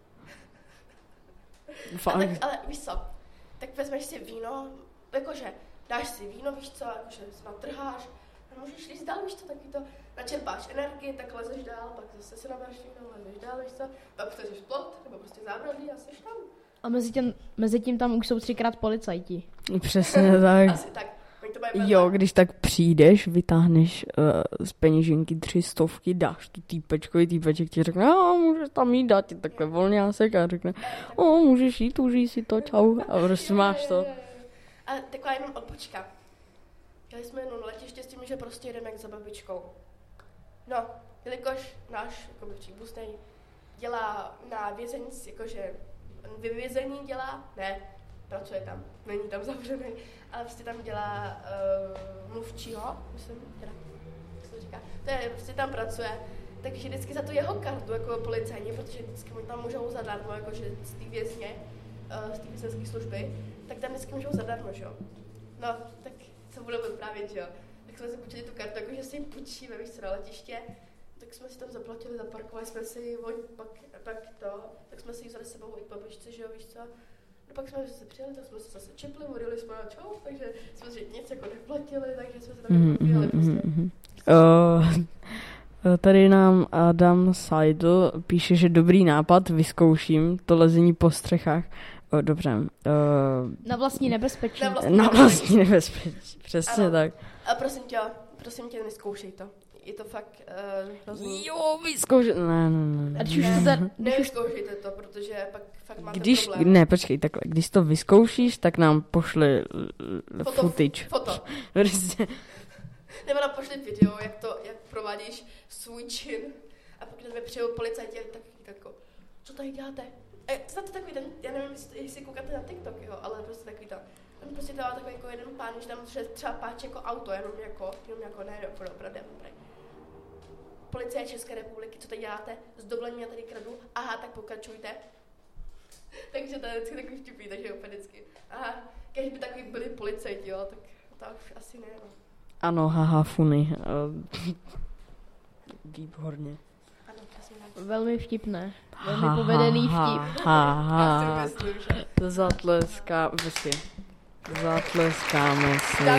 Fakt. Tak, ale víš co, tak vezmeš si víno, jakože dáš si víno, víš co, jakože se natrháš a můžeš líst dál, víš co, taky to načerpáš energii, tak lezeš dál, pak zase si nabráš víno, lezeš dál, víš co, pak chceš plot, nebo prostě zábradlí a seš tam. A mezi tím, mezi tím tam už jsou třikrát policajti. Přesně tak. Asi tak. Jo, když tak přijdeš, vytáhneš uh, z peněženky tři stovky, dáš tu týpečkovi, týpeček ti řekne, a můžeš tam jít, dát ti takhle volňásek a řekne, o, můžeš jít, užij si to, čau, a prostě máš to. A taková jenom odbočka. Jeli jsme jenom na letiště s tím, že prostě jdeme za babičkou. No, jelikož náš jako příbuzný dělá na vězení, jakože vyvězení dělá, ne, pracuje tam, není tam zavřený, ale prostě tam dělá uh, mluvčího, myslím, teda, co to říká, to je, prostě tam pracuje, takže vždycky za tu jeho kartu jako policajní, protože vždycky mu tam můžou zadarmo, jakože z té vězně, uh, z té vězenské služby, tak tam vždycky můžou zadarmo, že jo. No, tak co budeme vyprávět, že jo. Tak jsme si půjčili tu kartu, jakože si ji půjčíme, víš co, na letiště, tak jsme si tam zaplatili, zaparkovali jsme si ji, pak, pak to, tak jsme si ji vzali s sebou i k babičce, že jo, víš co. A pak jsme se přijeli, tak jsme se zase čepli, vodili jsme na čau, takže jsme si nic jako neplatili, takže jsme se tam mm, popíjeli mm, prostě. Mm, uh, tady nám Adam Seidl píše, že dobrý nápad, vyzkouším to lezení po střechách. Uh, dobře. Uh, na vlastní nebezpečí. Na vlastní, na vlastní nebezpečí, přesně ano. tak. A prosím tě, prosím tě, neskoušej to. je to fakt uh, hrozný. Jo, vyzkoušet, ne, ne, ne. A když už to ten... Nevyzkoušejte to, protože pak fakt máte když, problém. Ne, počkej, takhle, když to vyzkoušíš, tak nám pošli Foto, footage. Foto. Prostě. Nebo nám pošli video, jak to, jak provádíš svůj čin. A pokud na tebe přijel policajti, tak jako, co tady děláte? E, znáte takový ten, já nevím, jestli, jestli koukáte na TikTok, jo, ale prostě takový tam. On prostě dává takový jako jeden pán, když tam třeba páč jako auto, jenom jako, jenom jako ne, jako dobré, dobré. Policie České republiky, co tady děláte? S dovolením já tady kradu. Aha, tak pokračujte. Takže to je vždycky takový vtipný, takže úplně vždycky. Aha, když by takový byli policajti, jo, tak to už asi ne, no. Ano, haha, funny. Výborně. Ano, přesně tak. Velmi vtipné. Velmi ha, povedený vtip. Ha, ha, Já si myslím, že... Zatleská, prostě. Zatleskáme si.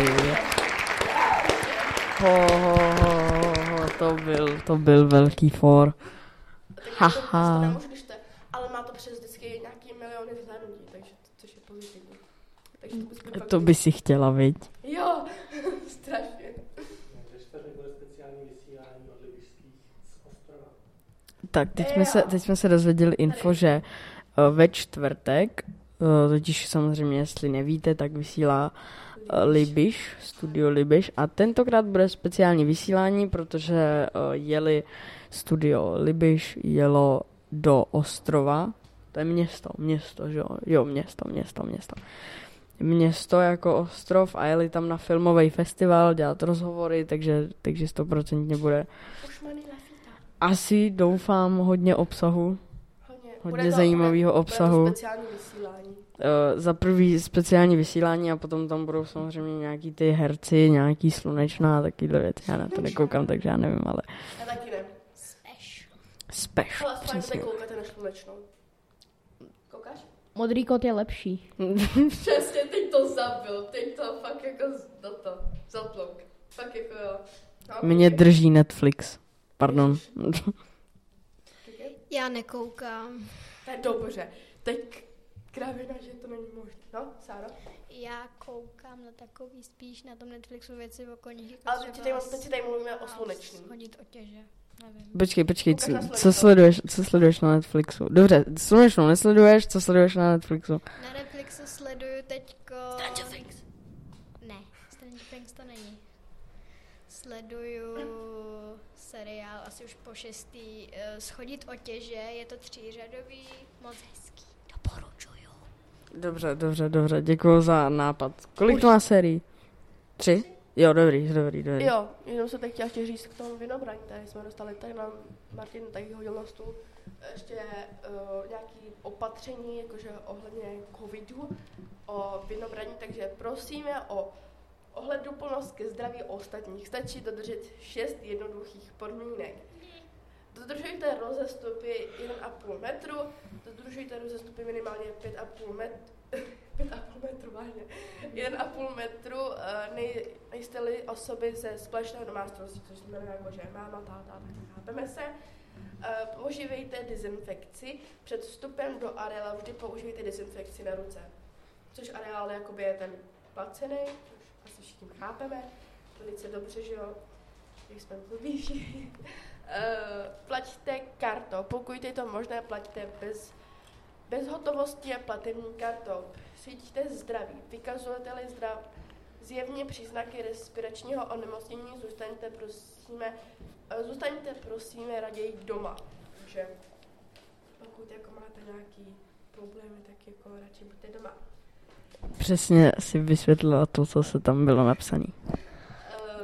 Ho, ho, ho, ho, to byl, to byl velký for. Haha. To nemůžu, když to, ale má to přes vždycky nějaký miliony zhlédnutí, takže což je pozitivní. Takže to, to by si chtěla, viď? Jo, strašně. Tak, teď jsme, se, teď jsme se dozvěděli info, že uh, ve čtvrtek, uh, totiž samozřejmě, jestli nevíte, tak vysílá uh, Libiš, studio Libiš, a tentokrát bude speciální vysílání, protože uh, jeli studio Libiš, jelo do Ostrova, to je město, město, že jo, jo, město, město, město. Město jako ostrov a jeli tam na filmový festival dělat rozhovory, takže, takže stoprocentně bude asi, doufám, hodně obsahu, hodně, hodně zajímavého obsahu. Bude to speciální vysílání. Uh, za prvý speciální vysílání a potom tam budou samozřejmě nějaký ty herci, nějaký Slunečná a takovýhle věci. Já na to nekoukám, takže já nevím, ale... Já taky ne. Special. Special, ale přesně. Ale koukáte na Slunečnou. Koukáš? Modrý kot je lepší. Přesně, teď to zabil, teď to fakt jako do to, zatlok. Fakt jako jo. No, mě drží Netflix. Pardon. Já nekoukám. To je dobře. Teď kravina, že to není možné. No, Sáro? Já koukám na takový spíš na tom Netflixu věci o koních. Jako ale teď si tady, teď si tady mluvíme o Slunečný. Chodit otěže. Nevím. Počkej, počkej, co, co, sleduješ, co sleduješ na Netflixu? Dobře, Slunečnou nesleduješ, co sleduješ na Netflixu? Na Netflixu sleduju teďko... Stranger Things. Ne, Stranger Things to není. Sleduju seriál asi už po šestý uh, Schodit otěže, je to třířadový, moc hezký, doporučuju. Dobře, dobře, dobře, děkuji za nápad. Kolik už to má sérií? Tři? Jo, dobrý, dobrý, dobrý. Jo, jenom se teď chtěla ještě říct k tomu vinobraní, tady jsme dostali, tady nám Martin taky hodil na stůl ještě uh, nějaký opatření, jakože ohledně covidu, o vinobraní, takže prosíme o ohleduplnost ke zdraví ostatních. Stačí dodržet šest jednoduchých podmínek. Dodržujte rozestupy jeden a půl metru, dodržujte rozestupy minimálně pět a půl metru, pět a půl metru, vážně, jeden a půl metru, nej, nejste-li osoby ze společného domácnosti, což znamená jako, že máma, táta, tak chápeme se. Používejte dezinfekci. Před vstupem do areálu vždy používejte dezinfekci na ruce. Což areál jakoby je ten placený, což asi všichni chápeme, velice dobře, že jo, jak jsme mluví všichni. Uh, plaťte kartou, pokud je to možné, plaťte bez, bez hotovosti a platební kartou. Cítíte zdraví, vykazujete-li zdrav, zjevně příznaky respiračního onemocnění, zůstaňte prosíme, uh, zůstaňte prosíme raději doma. Takže pokud jako máte nějaký problémy, tak jako radši buďte doma. Přesně si vysvětlila to, co se tam bylo napsané. Uh,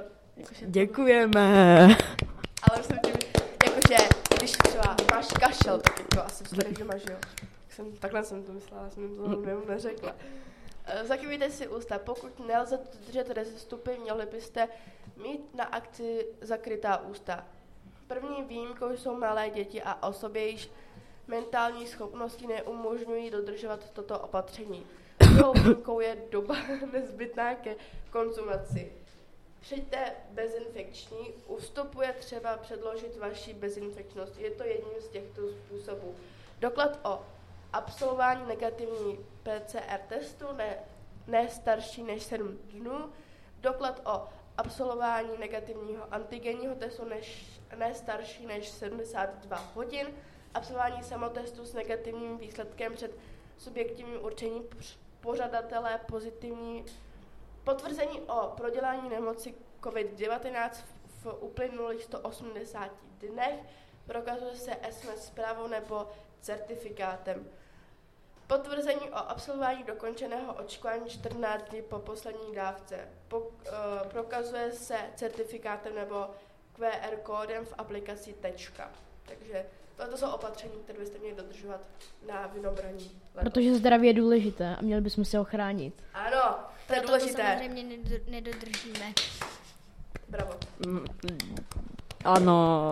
Děkujeme. Ale myslím tím, jakože, když třeba máš kašel, tak jako asi vstaneš doma, že jo? Jsem, takhle jsem to myslela, jsem to nevím, neřekla. Uh, Zakývejte si ústa, pokud nelze držet rozestupy, měli byste mít na akci zakrytá ústa. První výjimkou jsou malé děti a osoby, jejichž mentální schopnosti neumožňují dodržovat toto opatření. Druhou výjimkou je doba nezbytná ke konzumaci. Přijďte bezinfekční, u vstupu je třeba předložit vaši bezinfekčnost. Je to jedním z těchto způsobů. Doklad o absolvování negativní P C R testu, ne, ne starší než sedm dnů. Doklad o absolvování negativního antigenního testu než, ne starší než sedmdesát dva hodin, absolvování samotestu s negativním výsledkem před subjektivním určením pořadatele, pozitivní potvrzení o prodělání nemoci covid devatenáct v, v uplynulých sto osmdesáti dnech, prokazuje se es em es zprávou nebo certifikátem. Potvrzení o absolvování dokončeného očkování čtrnáct dní po poslední dávce. Po, uh, prokazuje se certifikátem nebo Q R kódem v aplikaci Tečka. Takže to jsou opatření, které byste měli dodržovat na vynobraní. Protože zdraví je důležité a měli bychom se ochránit. Ano, to je Proto důležité. to samozřejmě nedodržíme. Bravo. Mm, ano.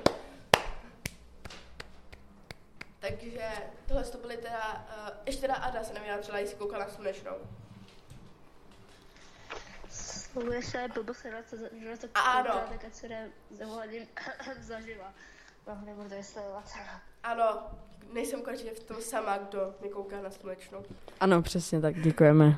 Takže tohle to byly teda, uh, ještě teda Ada se nevyjádřila, jestli koukala na Slunečnou. Slovuje se blbo se na to, že na to ano. tak ať se jde zavolením zaživa. No, nebudu to vysledovat. Ano, nejsem konečně v tom sama, kdo mi kouká na Slunečnou. Ano, přesně tak, děkujeme.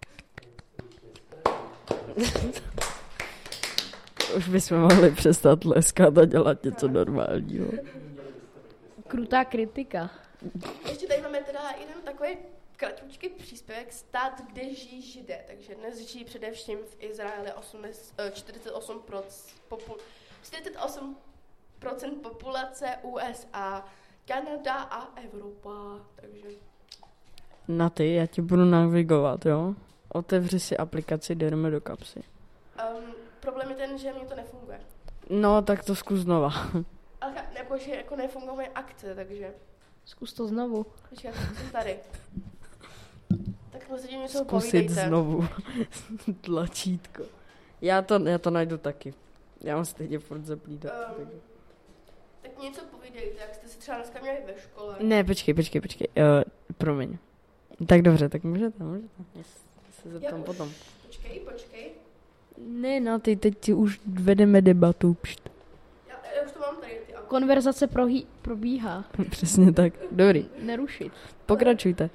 Už bychom mohli přestat tleskat a dělat něco normálního. Krutá kritika. Ještě tady máme teda jeden takový kratučký příspěvek stát, kde žijí Židé. Takže dnes žijí především v Izraeli čtyřicet osm procent, popul- čtyřicet osm procent populace U S A, Kanada a Evropa. Takže... Na ty, já ti budu navigovat, jo? Otevři si aplikaci, jdeme do kapsy. Um, problém je ten, že mě to nefunguje. No, tak to zkus znova. Ale nebo že jako nefungují moje akce, takže... Zkus to znovu. Počkej, já jsem tady. Tak musím něco Zkusit povídejte. znovu. Tlačítko. Já to, já to najdu taky. Já mám stejně furt zaplídat. Um, tak něco povídejte, jak jste si třeba dneska měli ve škole. Ne, počkej, počkej, počkej. Uh, promiň. Tak dobře, tak můžete, můžete. Já se zeptám už, potom. Počkej, počkej. Ne, no, ty teď ti už vedeme debatu. Pšt. Já, já už to mám tady. Ty Konverzace prohý, probíhá. Přesně tak. Dobrý. Nerušit. Pokračujte.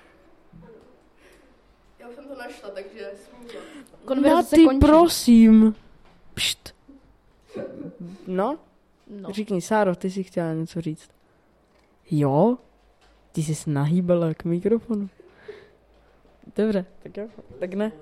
Já už jsem to našla, takže smůla. Konverzace no, ty končí. prosím. Pšt. No? No. Říkni, Sáro, ty jsi chtěla něco říct. Jo? Ty jsi nahýbala k mikrofonu. Dobře, tak jo, tak ne.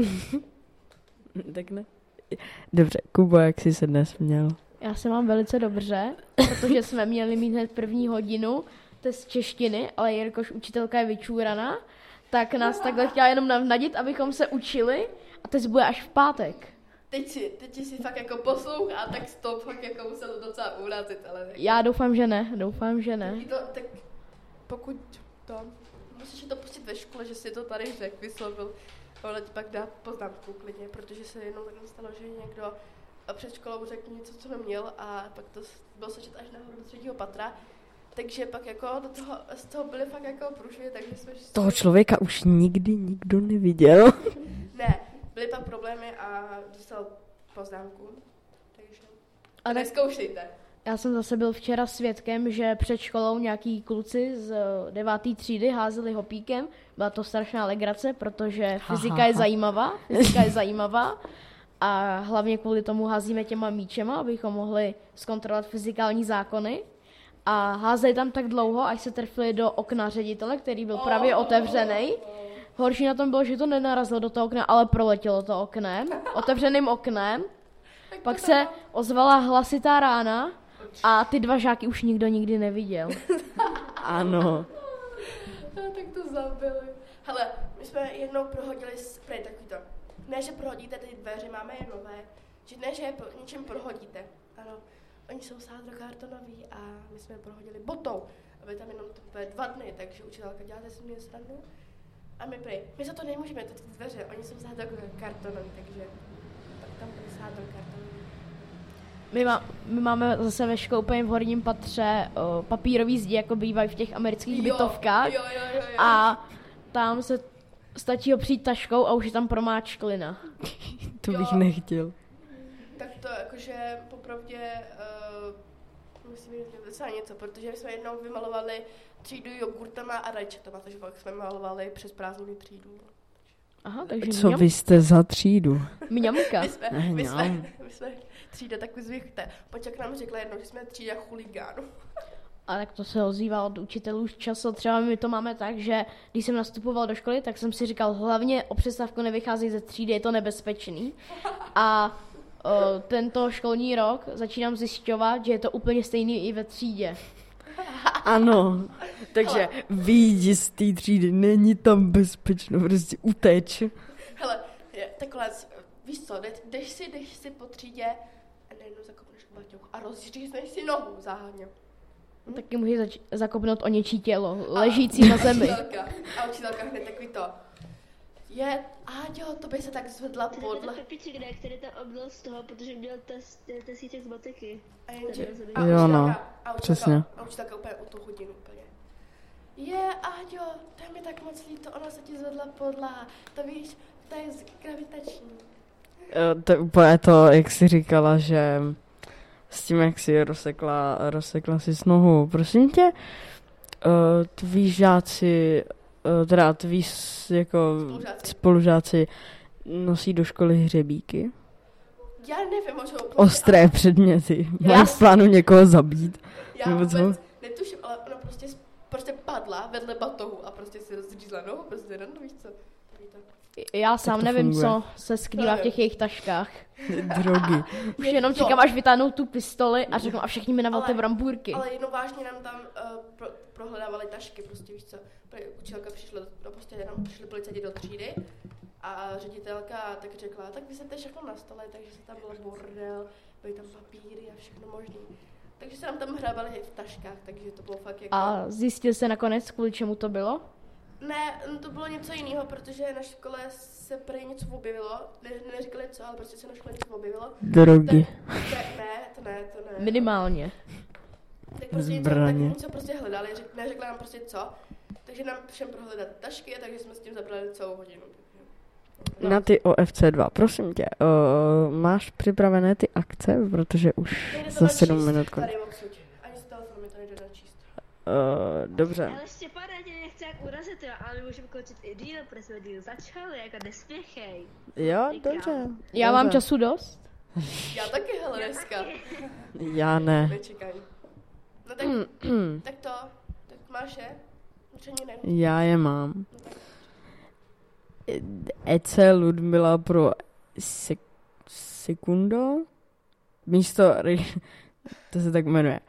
tak ne. Dobře, Kubo, jak jsi se dnes měl? Já se mám velice dobře, protože jsme měli mít hned první hodinu test češtiny, ale jelikož učitelka je vyčúraná, tak nás takhle chtěla jenom navnadit, abychom se učili a test bude až v pátek. Teď si, teď si fakt jako poslouchá, tak to fakt jako musel docela urazit, ale... Tak... Já doufám, že ne, doufám, že ne. To, tak pokud to, musíš to pustit ve škole, že si to tady řekl, vyslovil, ale ti pak dá poznámku klidně, protože se jednou takhle stalo, že někdo před školou řekl něco, co neměl a pak to bylo sečet až nahoru do třetího patra. Takže pak jako do toho, z toho byly fakt jako průšvy, takže jsme... Toho člověka už nikdy nikdo neviděl. Ne, byly pak problémy a dostal poznámku, takže a nezkoušejte. Já jsem zase byl včera svědkem, že před školou nějaký kluci z deváté třídy házeli hopíkem. Byla to strašná legrace, protože fyzika je zajímavá, fyzika je zajímavá a hlavně kvůli tomu házíme těma míčema, abychom mohli zkontrolovat fyzikální zákony. A házeli tam tak dlouho, až se trefili do okna ředitele, který byl právě otevřený. Horší na tom bylo, že to nenarazilo do toho okna, ale proletělo to oknem, otevřeným oknem. Pak se ozvala hlasitá rána a ty dva žáky už nikdo nikdy neviděl. Ano. No, tak to zabili. Hele, my jsme jednou prohodili spray takový to. Ne, že prohodíte ty dveře, máme je nové. Že ne, že je pro, něčem prohodíte. Ano, oni jsou sádrokartonoví a my jsme je prohodili botou. A byli tam jenom dva dny, takže učitelka, děláte si mě srandu? A my prej, my za to nemůžeme, ty dveře, oni jsou sádrokartonoví, takže tak tam byli sádrokartonoví. My, má, my máme zase ve škole úplně v horním patře o, papírový zdi, jako bývají v těch amerických jo, bytovkách. Jo, jo, jo, jo. A tam se stačí opřít taškou a už je tam promáčklina. To bych jo. nechtěl. Tak to jakože popravdě uh, musím říct docela něco, protože my jsme jednou vymalovali třídu jogurtama a rajčatama, takže pak jsme malovali přes prázdniny třídu. Aha, takže Co vy jste za třídu? Mňamka. My jsme, my jsme, my jsme třída takový zvychte. Počak nám řekla jednou, že jsme třída chuligánů. A tak to se ozývá od učitelů často. Třeba my to máme tak, že když jsem nastupoval do školy, tak jsem si říkal, hlavně o přestávku nevycházej ze třídy, je to nebezpečný. A o, tento školní rok začínám zjišťovat, že je to úplně stejný i ve třídě. Ano, takže vyjdi z té třídy, není tam bezpečno, prostě uteč. Hele, je, takhle, víš co, jdeš si, jdeš si po třídě a najednou zakopneš baťoch a rozřízneš si nohu záhadně. Hm? Taky můžeš zač- zakopnout o něčí tělo, ležící na zemi. A učitelka hned takový to. Je, Áďo, to by se tak zvedla podle. To Pepiček, ne, který tam omdlel z toho, protože měl test, tesíček z matiky. A jenže, a jo, no, a přesně. A učitelka úplně u tu hodinu úplně. Je, Áďo, to je mi tak moc líto, ona se ti zvedla podlaha. To víš, to je gravitační. Uh, to je úplně to, jak jsi říkala, že s tím, jak jsi rozsekla, rozsekla si s nohu. Prosím tě, uh, tví žáci, uh, teda tví jako spolužáci. spolužáci nosí do školy hřebíky? Já nevím, možná úplně. Ostré ale... předměty. Mají v plánu někoho zabít? Já vůbec co? Netuším, ale ona prostě, prostě padla vedle batohu a prostě si rozřízla nohu, prostě no, víš co. Já sám nevím, funguje. Co se skrývá v těch jejich taškách. Drogy. Už jenom čekám, až vytáhnou tu pistoli a řeknu, a všichni mi navolte brambůrky. Ale jenom vážně nám tam uh, pro, prohledávali tašky, prostě víš co. Učitelka přišla, no prostě jenom přišli policajti do třídy a ředitelka tak řekla, tak vy jste všechno na stole, takže se tam byl bordel, byly tam papíry a všechno možný. Takže se nám tam hrábali v taškách, takže to bylo fakt jako... A zjistil se nakonec, kvůli čemu to bylo? Ne, to bylo něco jiného, protože na škole se prý něco objevilo, ne, neříkali co, ale prostě se na škole něco objevilo. Drogy. To, to, ne, to ne, to ne. Minimálně. Tak prostě něco, tak něco prostě hledali, řek, neřekla nám prostě co, takže nám všem prohledat tašky, takže jsme s tím zabrali celou hodinu. No. Na ty O F C dva, prosím tě, uh, máš připravené ty akce, protože už za sedm minut končí. Ani z telefonu mi to nejde načíst. Uh, dobře. Ale Štěpáne, tě nechci jak urazit, jo, ale my můžeme končit i díl, protože jsme díl začali, jako nespěchej. Jo, dobře. Já dobře. mám času dost? Já taky, hele, dneska. Já ne. Nečekaj. No tak, tak to, tak máš je? Já je mám. Ece Ludmila pro sek- sekundo? Místo, to se tak jmenuje.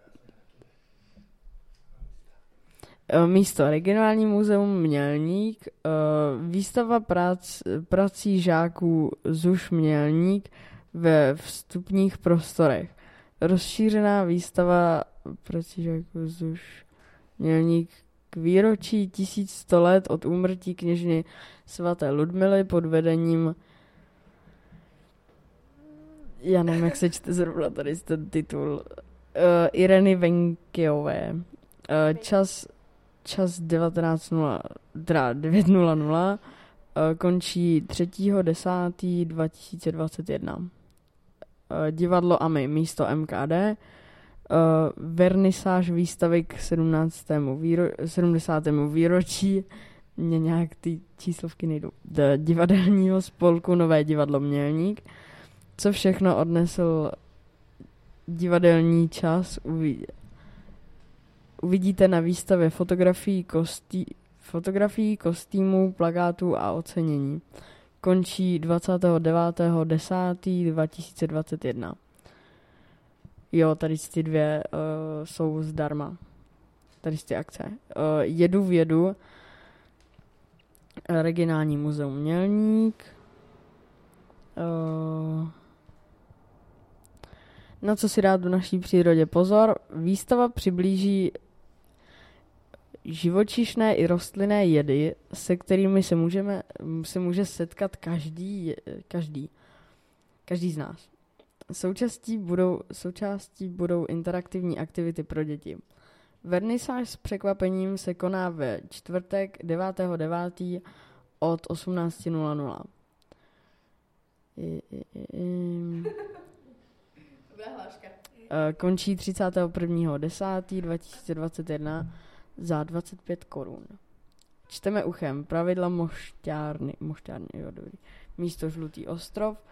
Místo Regionální muzeum Mělník, výstava prác, prací žáků Zuš Mělník ve vstupních prostorech. Rozšířená výstava prací žáků Zuš Mělník k výročí tisíc sto let od úmrtí kněžny svaté Ludmily pod vedením, já nevím, jak se čte zrovna tady ten titul, uh, Ireny Venkejové. Uh, čas čas devatenáct nula nula, uh, končí třetího desátého dva tisíce dvacet jedna. Uh, divadlo A M I, místo M K D. Uh, vernisáž výstavy k sedmnáctému Výro, sedmdesátému výročí, mě nějak ty číslovky nejdou, D- divadelního spolku Nové divadlo Mělník. Co všechno odnesl divadelní čas, uvidí, uvidíte na výstavě fotografií, kostý, fotografií, kostýmů, plakátů a ocenění. Končí dvacátého devátého desátého dva tisíce dvacet jedna. Jo, tady ty dvě uh, jsou zdarma. Tady ty akce. Uh, jedu v jedu. Regionální muzeum Mělník. Uh, na co si dát v naší přírodě pozor. Výstava přiblíží živočišné i rostlinné jedy, se kterými se, můžeme, se může setkat každý, každý, každý z nás. Součástí budou, součástí budou interaktivní aktivity pro děti. Vernisáž s překvapením se koná ve čtvrtek devátého devátého od osmnáct nula nula. Končí třicátého prvního desátého dva tisíce dvacet jedna za dvacet pět korun. Čteme uchem. Pravidla mošťárny. Mošťárny, jo, dobrý. místo Žlutý ostrov.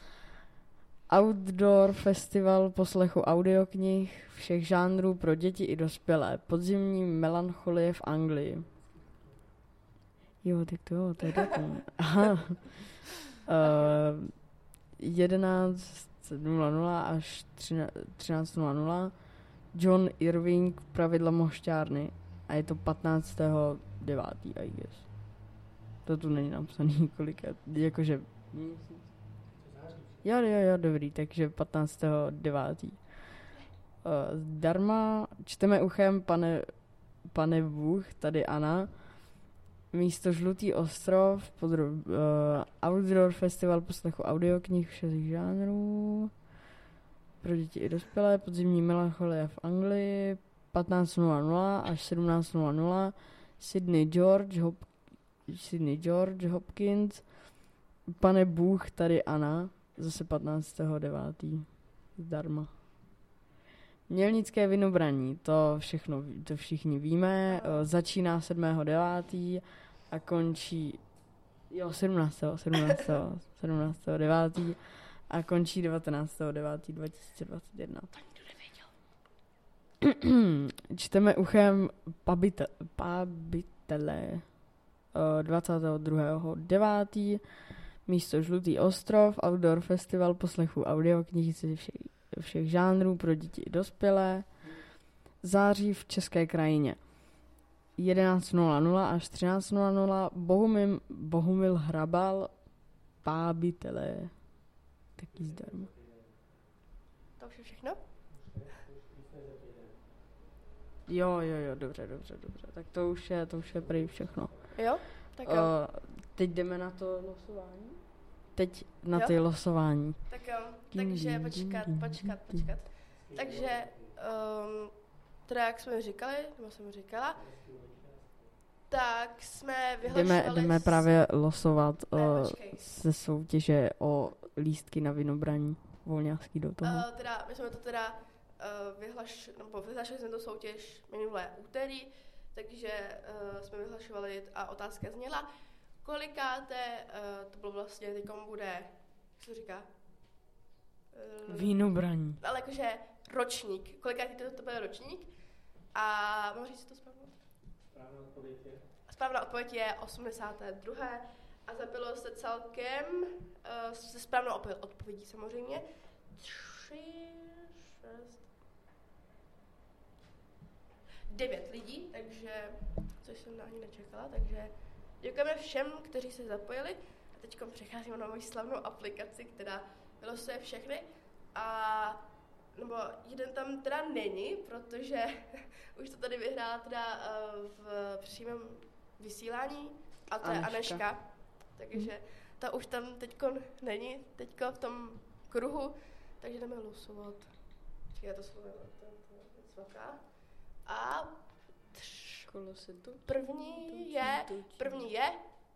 Outdoor festival poslechu audioknih všech žánrů pro děti i dospělé. Podzimní melancholie v Anglii. Jo, tak to jo, to je datum. Aha. Uh, jedenáct nula nula až třináct nula nula John Irving, pravidla mošťárny. A je to patnáctého devátého I guess. To tu není napsaný kolik je, jakože... Jo, jo, jo, dobrý, takže patnáctého devátého Uh, zdarma čteme uchem, pane, pane Bůh, tady Anna. Místo Žlutý ostrov, podro, uh, Outdoor festival poslechu audioknih všech žánrů. Pro děti i dospělé, podzimní melancholie v Anglii, patnáct nula nula až sedmnáct nula nula Sydney George, Hop, Sydney George Hopkins, pane Bůh, tady Anna, zase patnáctého devátého zdarma. Mělnické vinobraní, to všechno, to všichni víme, začíná sedmého devátého a končí, jo, sedmnáctého devátého a končí devatenáctého devátého dva tisíce dvacet jedna. Čteme uchem Pabite, Pabitele dvacátého druhého devátého místo Žlutý ostrov, Outdoor festival poslechu audioknih ze všech, všech žánrů pro děti i dospělé. Září v České krajině. jedenáct nula nula až třináct nula nula Bohumil, Bohumil Hrabal, Pábitele. Taky zdarma. To už je všechno? Jo, jo, jo, dobře, dobře, dobře. Tak to už je, to už je prý všechno. Jo? Tak jo. Uh, teď jdeme na to losování? Teď na jo? ty losování. Tak jo, takže počkat, počkat, počkat. Takže, um, teda jak jsme říkali, nebo jsem říkala, tak jsme vyhlašovali... Jdeme, jdeme s... právě losovat ne, uh, ze soutěže o lístky na vinobraní. Volňářský do toho. Uh, teda, my jsme to teda uh, vyhlaš, nebo vyhlašili jsme to soutěž minulé úterý, takže uh, jsme vyhlašovali a otázka zněla, kolikáté, uh, to bylo vlastně, teďkom bude, jak se to říká? Uh, Vinobraní. Ale jakože ročník, kolikátý to, to byl ročník a mám říct si to správně? Správná odpověď je? Správná odpověď je osmdesáté druhé a zabilo se celkem, uh, se správnou odpovědí samozřejmě, tři, šest, devět lidí, takže, což jsem ani nečekala, takže děkujeme všem, kteří se zapojili a teď přecházíme na moji slavnou aplikaci, která vylosuje všechny a nebo jeden tam teda není, protože už to tady vyhrála teda uh, v přímém vysílání a to Aneška. je Aneška, takže ta už tam teďko není, teďko v tom kruhu, takže jdeme losovat. Já to slovo, to je velká. A tř... první je, první je...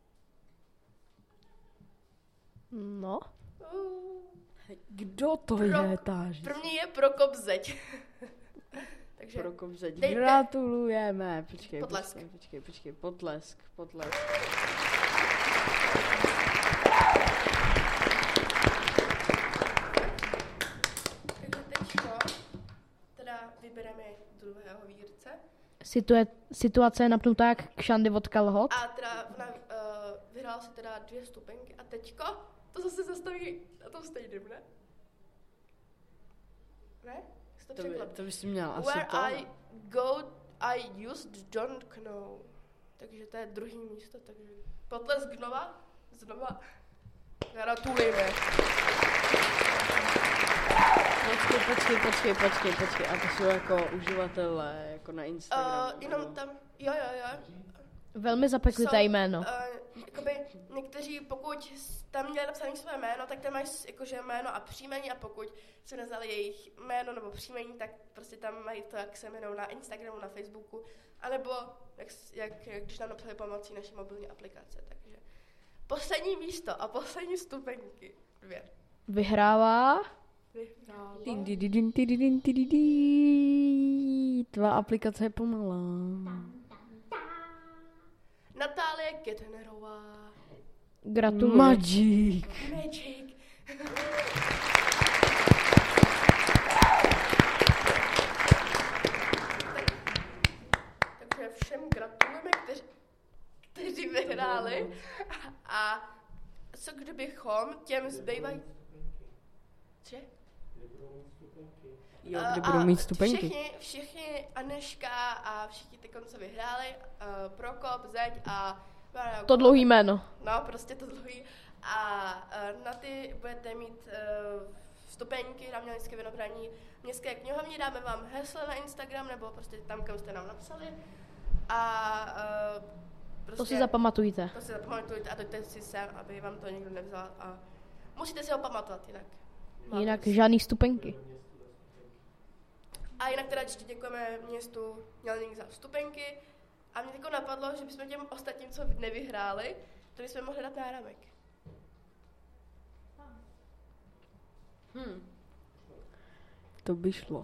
No. Uh, Kdo to pro, je, táží? První je Prokop Zeď. Takže Prokop Zeď. dejte... Gratulujeme. Počkej, potlesk. počkej, počkej, počkej, potlesk, potlesk. Takže teďko teda vybereme druhého výrce. Situa- situace je napnutá jak kšandy od Kalhot. A teda ona uh, vyhrál si teda dvě stupenky a teďko to zase zastaví na tom stejném, ne? Ne? To, to, by, to bys měl asi Where to. I go, I used don't know. Takže to je druhý místo, takže potlesk znova, znova. Gratulujeme. Počkej, počkej, počkej, počkej, počkej. A to jsou jako uživatelé, jako na Instagramu. Uh, jenom tam, jo, jo, jo. Velmi zapeklité jméno. Uh, jakoby někteří, pokud tam měli napsané své jméno, tak tam mají jakože jméno a příjmení a pokud se neznali jejich jméno nebo příjmení, tak prostě tam mají to, jak se jmenou na Instagramu, na Facebooku, anebo jak, jak, jak když nám napsali pomocí naší mobilní aplikace. Takže poslední místo a poslední stupenky. Dvě. Vyhrává. Vyhrává. Din, din, din, din, din, din, din. Tvá aplikace je pomalá. Natálie Ketenerová. Gratuluji. Magic. Magic. Takže všem gratulujeme, kteří, kteří vyhráli. A co kdybychom těm zbývají... Cože? Jo, kde budou mít stupenky. Všichni, všichni, Aneška a všichni ty konce vyhráli, uh, Prokop, Zeď a... To dlouhý jméno. No, prostě to dlouhý. A uh, na ty budete mít uh, stupenky na Mělnické vinobraní městské knihovny, dáme vám hesle na Instagram, nebo prostě tam, kam jste nám napsali. A uh, prostě... To si zapamatujte. To si zapamatujte a dojte si sem, aby vám to někdo nevzal. A musíte si ho pamatovat jinak. Máte Jinak si. žádný stupenky. A jinak teda ještě děkujeme městu Mělník za vstupenky. A mě jako napadlo, že bychom těm ostatním, co nevyhráli, to bychom mohli dát náramek. Hmm. To by šlo.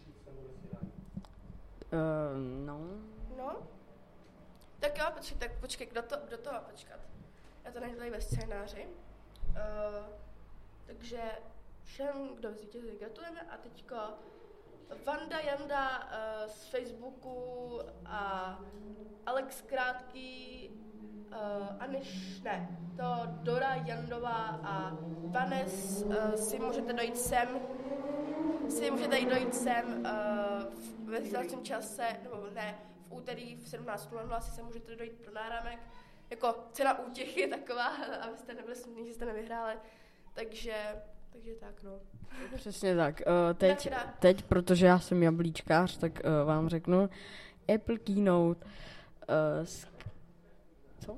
Uh, no. No. Tak jo, počkej, tak počkej, kdo to, kdo to má počkat? Já to nejdu tady ve scénáři. Uh, takže všem, kdo zvítězili, gratulujeme a teďko Vanda Janda uh, z Facebooku a Alex Krátký, uh, Aneš, ne, to Dora Jandová a Vanes uh, si můžete dojít sem, si můžete dojít sem uh, ve vysílacím čase, nebo ne, v úterý v sedmnáct nula nula si se můžete dojít pro náramek. Jako cena útěchy taková, abyste nebyli smutní, že jste nevyhráli, takže... Takže tak, no. Přesně tak. Uh, teď, teď, protože já jsem jablíčkář, tak uh, vám řeknu Apple Keynote. Uh, sk- co?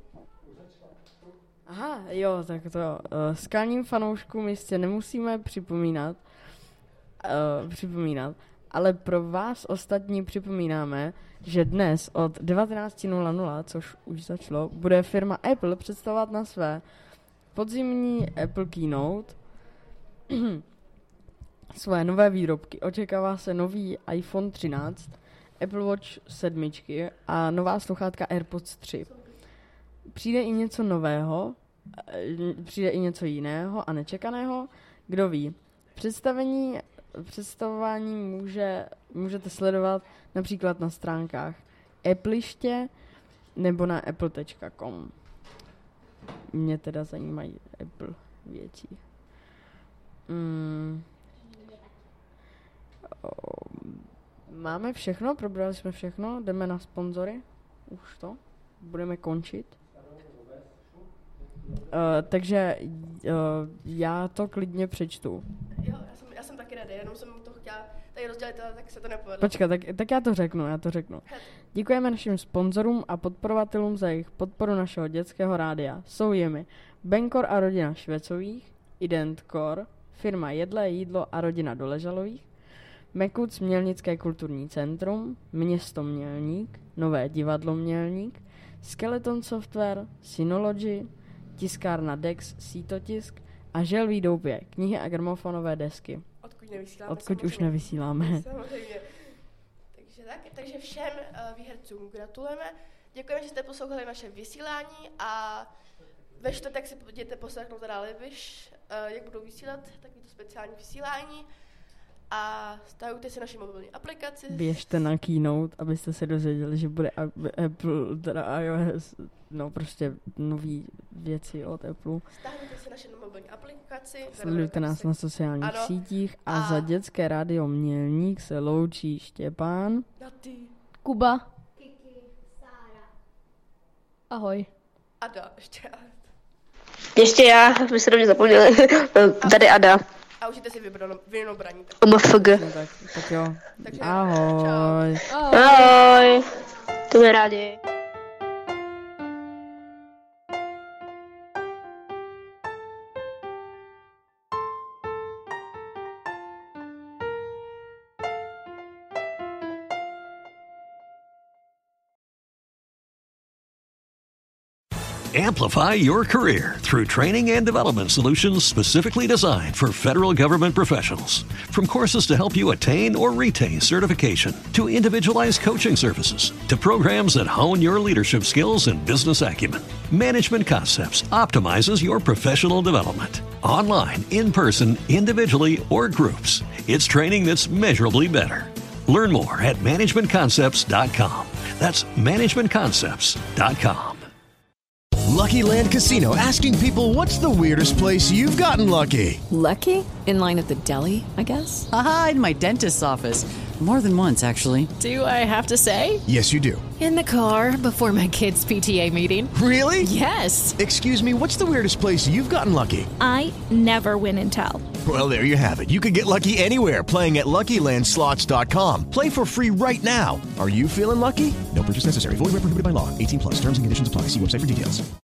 Aha, jo, tak to. Uh, skalním fanouškům jistě nemusíme připomínat, uh, připomínat, ale pro vás ostatní připomínáme, že dnes od devatenáct nula nula, což už začalo, bude firma Apple představovat na své podzimní Apple Keynote svoje nové výrobky. Očekává se nový iPhone třináct, Apple Watch sedm a nová sluchátka AirPods tři. Přijde i něco nového, přijde i něco jiného a nečekaného, kdo ví. Představení, představování může, můžete sledovat například na stránkách Appleiště nebo na apple tečka com. Mě teda zajímají Apple věci. Mm. Máme všechno, probrali jsme všechno, jdeme na sponzory, už to, budeme končit. Uh, takže uh, já to klidně přečtu. Jo, já jsem, já jsem taky ready, jenom jsem to chtěla tady rozdělit, ale tak se to nepovedlo. Počkat, tak, tak já to řeknu, já to řeknu. Děkujeme našim sponzorům a podporovatelům za jejich podporu našeho dětského rádia. Jsou jimi Benkor a rodina Švecových, Identkor, firma Jedlé jídlo a rodina Doležalových, Mekuc Mělnické kulturní centrum, Město Mělník, Nové divadlo Mělník, Skeleton Software, Synology, tiskárna Dex, Sítotisk a Žel výdoubě, knihy a gramofonové desky. Odkud nevysíláme. Odkud už nevysíláme. Samozřejmě. Takže tak, takže všem uh, výhercům gratulujeme. Děkujeme, že jste poslouchali naše vysílání a ve čtvrtek si jděte poslechnout teda Liviš, uh, jak budou vysílat, taky to speciální vysílání. A stahujte si naši mobilní aplikaci. Běžte na Keynote, abyste se dozvěděli, že bude Apple, teda iOS, no prostě nový věci od Apple. Stahujte si naši mobilní aplikaci. Sledujte nás na sociálních ano. sítích a, a za dětské rádio Mělník se loučí Štěpán, Naty, Kuba, Kiki, Sára. Ahoj. Ada, ještě Ada. Ještě já, my se do mě zapomněli. Tady Ada. A užijte si vinobraní. M F G. Tak, tak jo. Takže, ahoj. Ahoj. Ahoj. To mě rádi. Amplify your career through training and development solutions specifically designed for federal government professionals. From courses to help you attain or retain certification, to individualized coaching services, to programs that hone your leadership skills and business acumen, Management Concepts optimizes your professional development. Online, in person, individually, or groups, it's training that's measurably better. Learn more at management concepts dot com. That's management concepts dot com. Lucky Land Casino, asking people, what's the weirdest place you've gotten lucky? Lucky? In line at the deli, I guess? Aha, in my dentist's office. More than once, actually. Do I have to say? Yes, you do. In the car before my kids' P T A meeting. Really? Yes. Excuse me, what's the weirdest place you've gotten lucky? I never win and tell. Well, there you have it. You can get lucky anywhere, playing at Lucky Land Slots dot com. Play for free right now. Are you feeling lucky? No purchase necessary. Void where prohibited by law. eighteen plus. Terms and conditions apply. See website for details.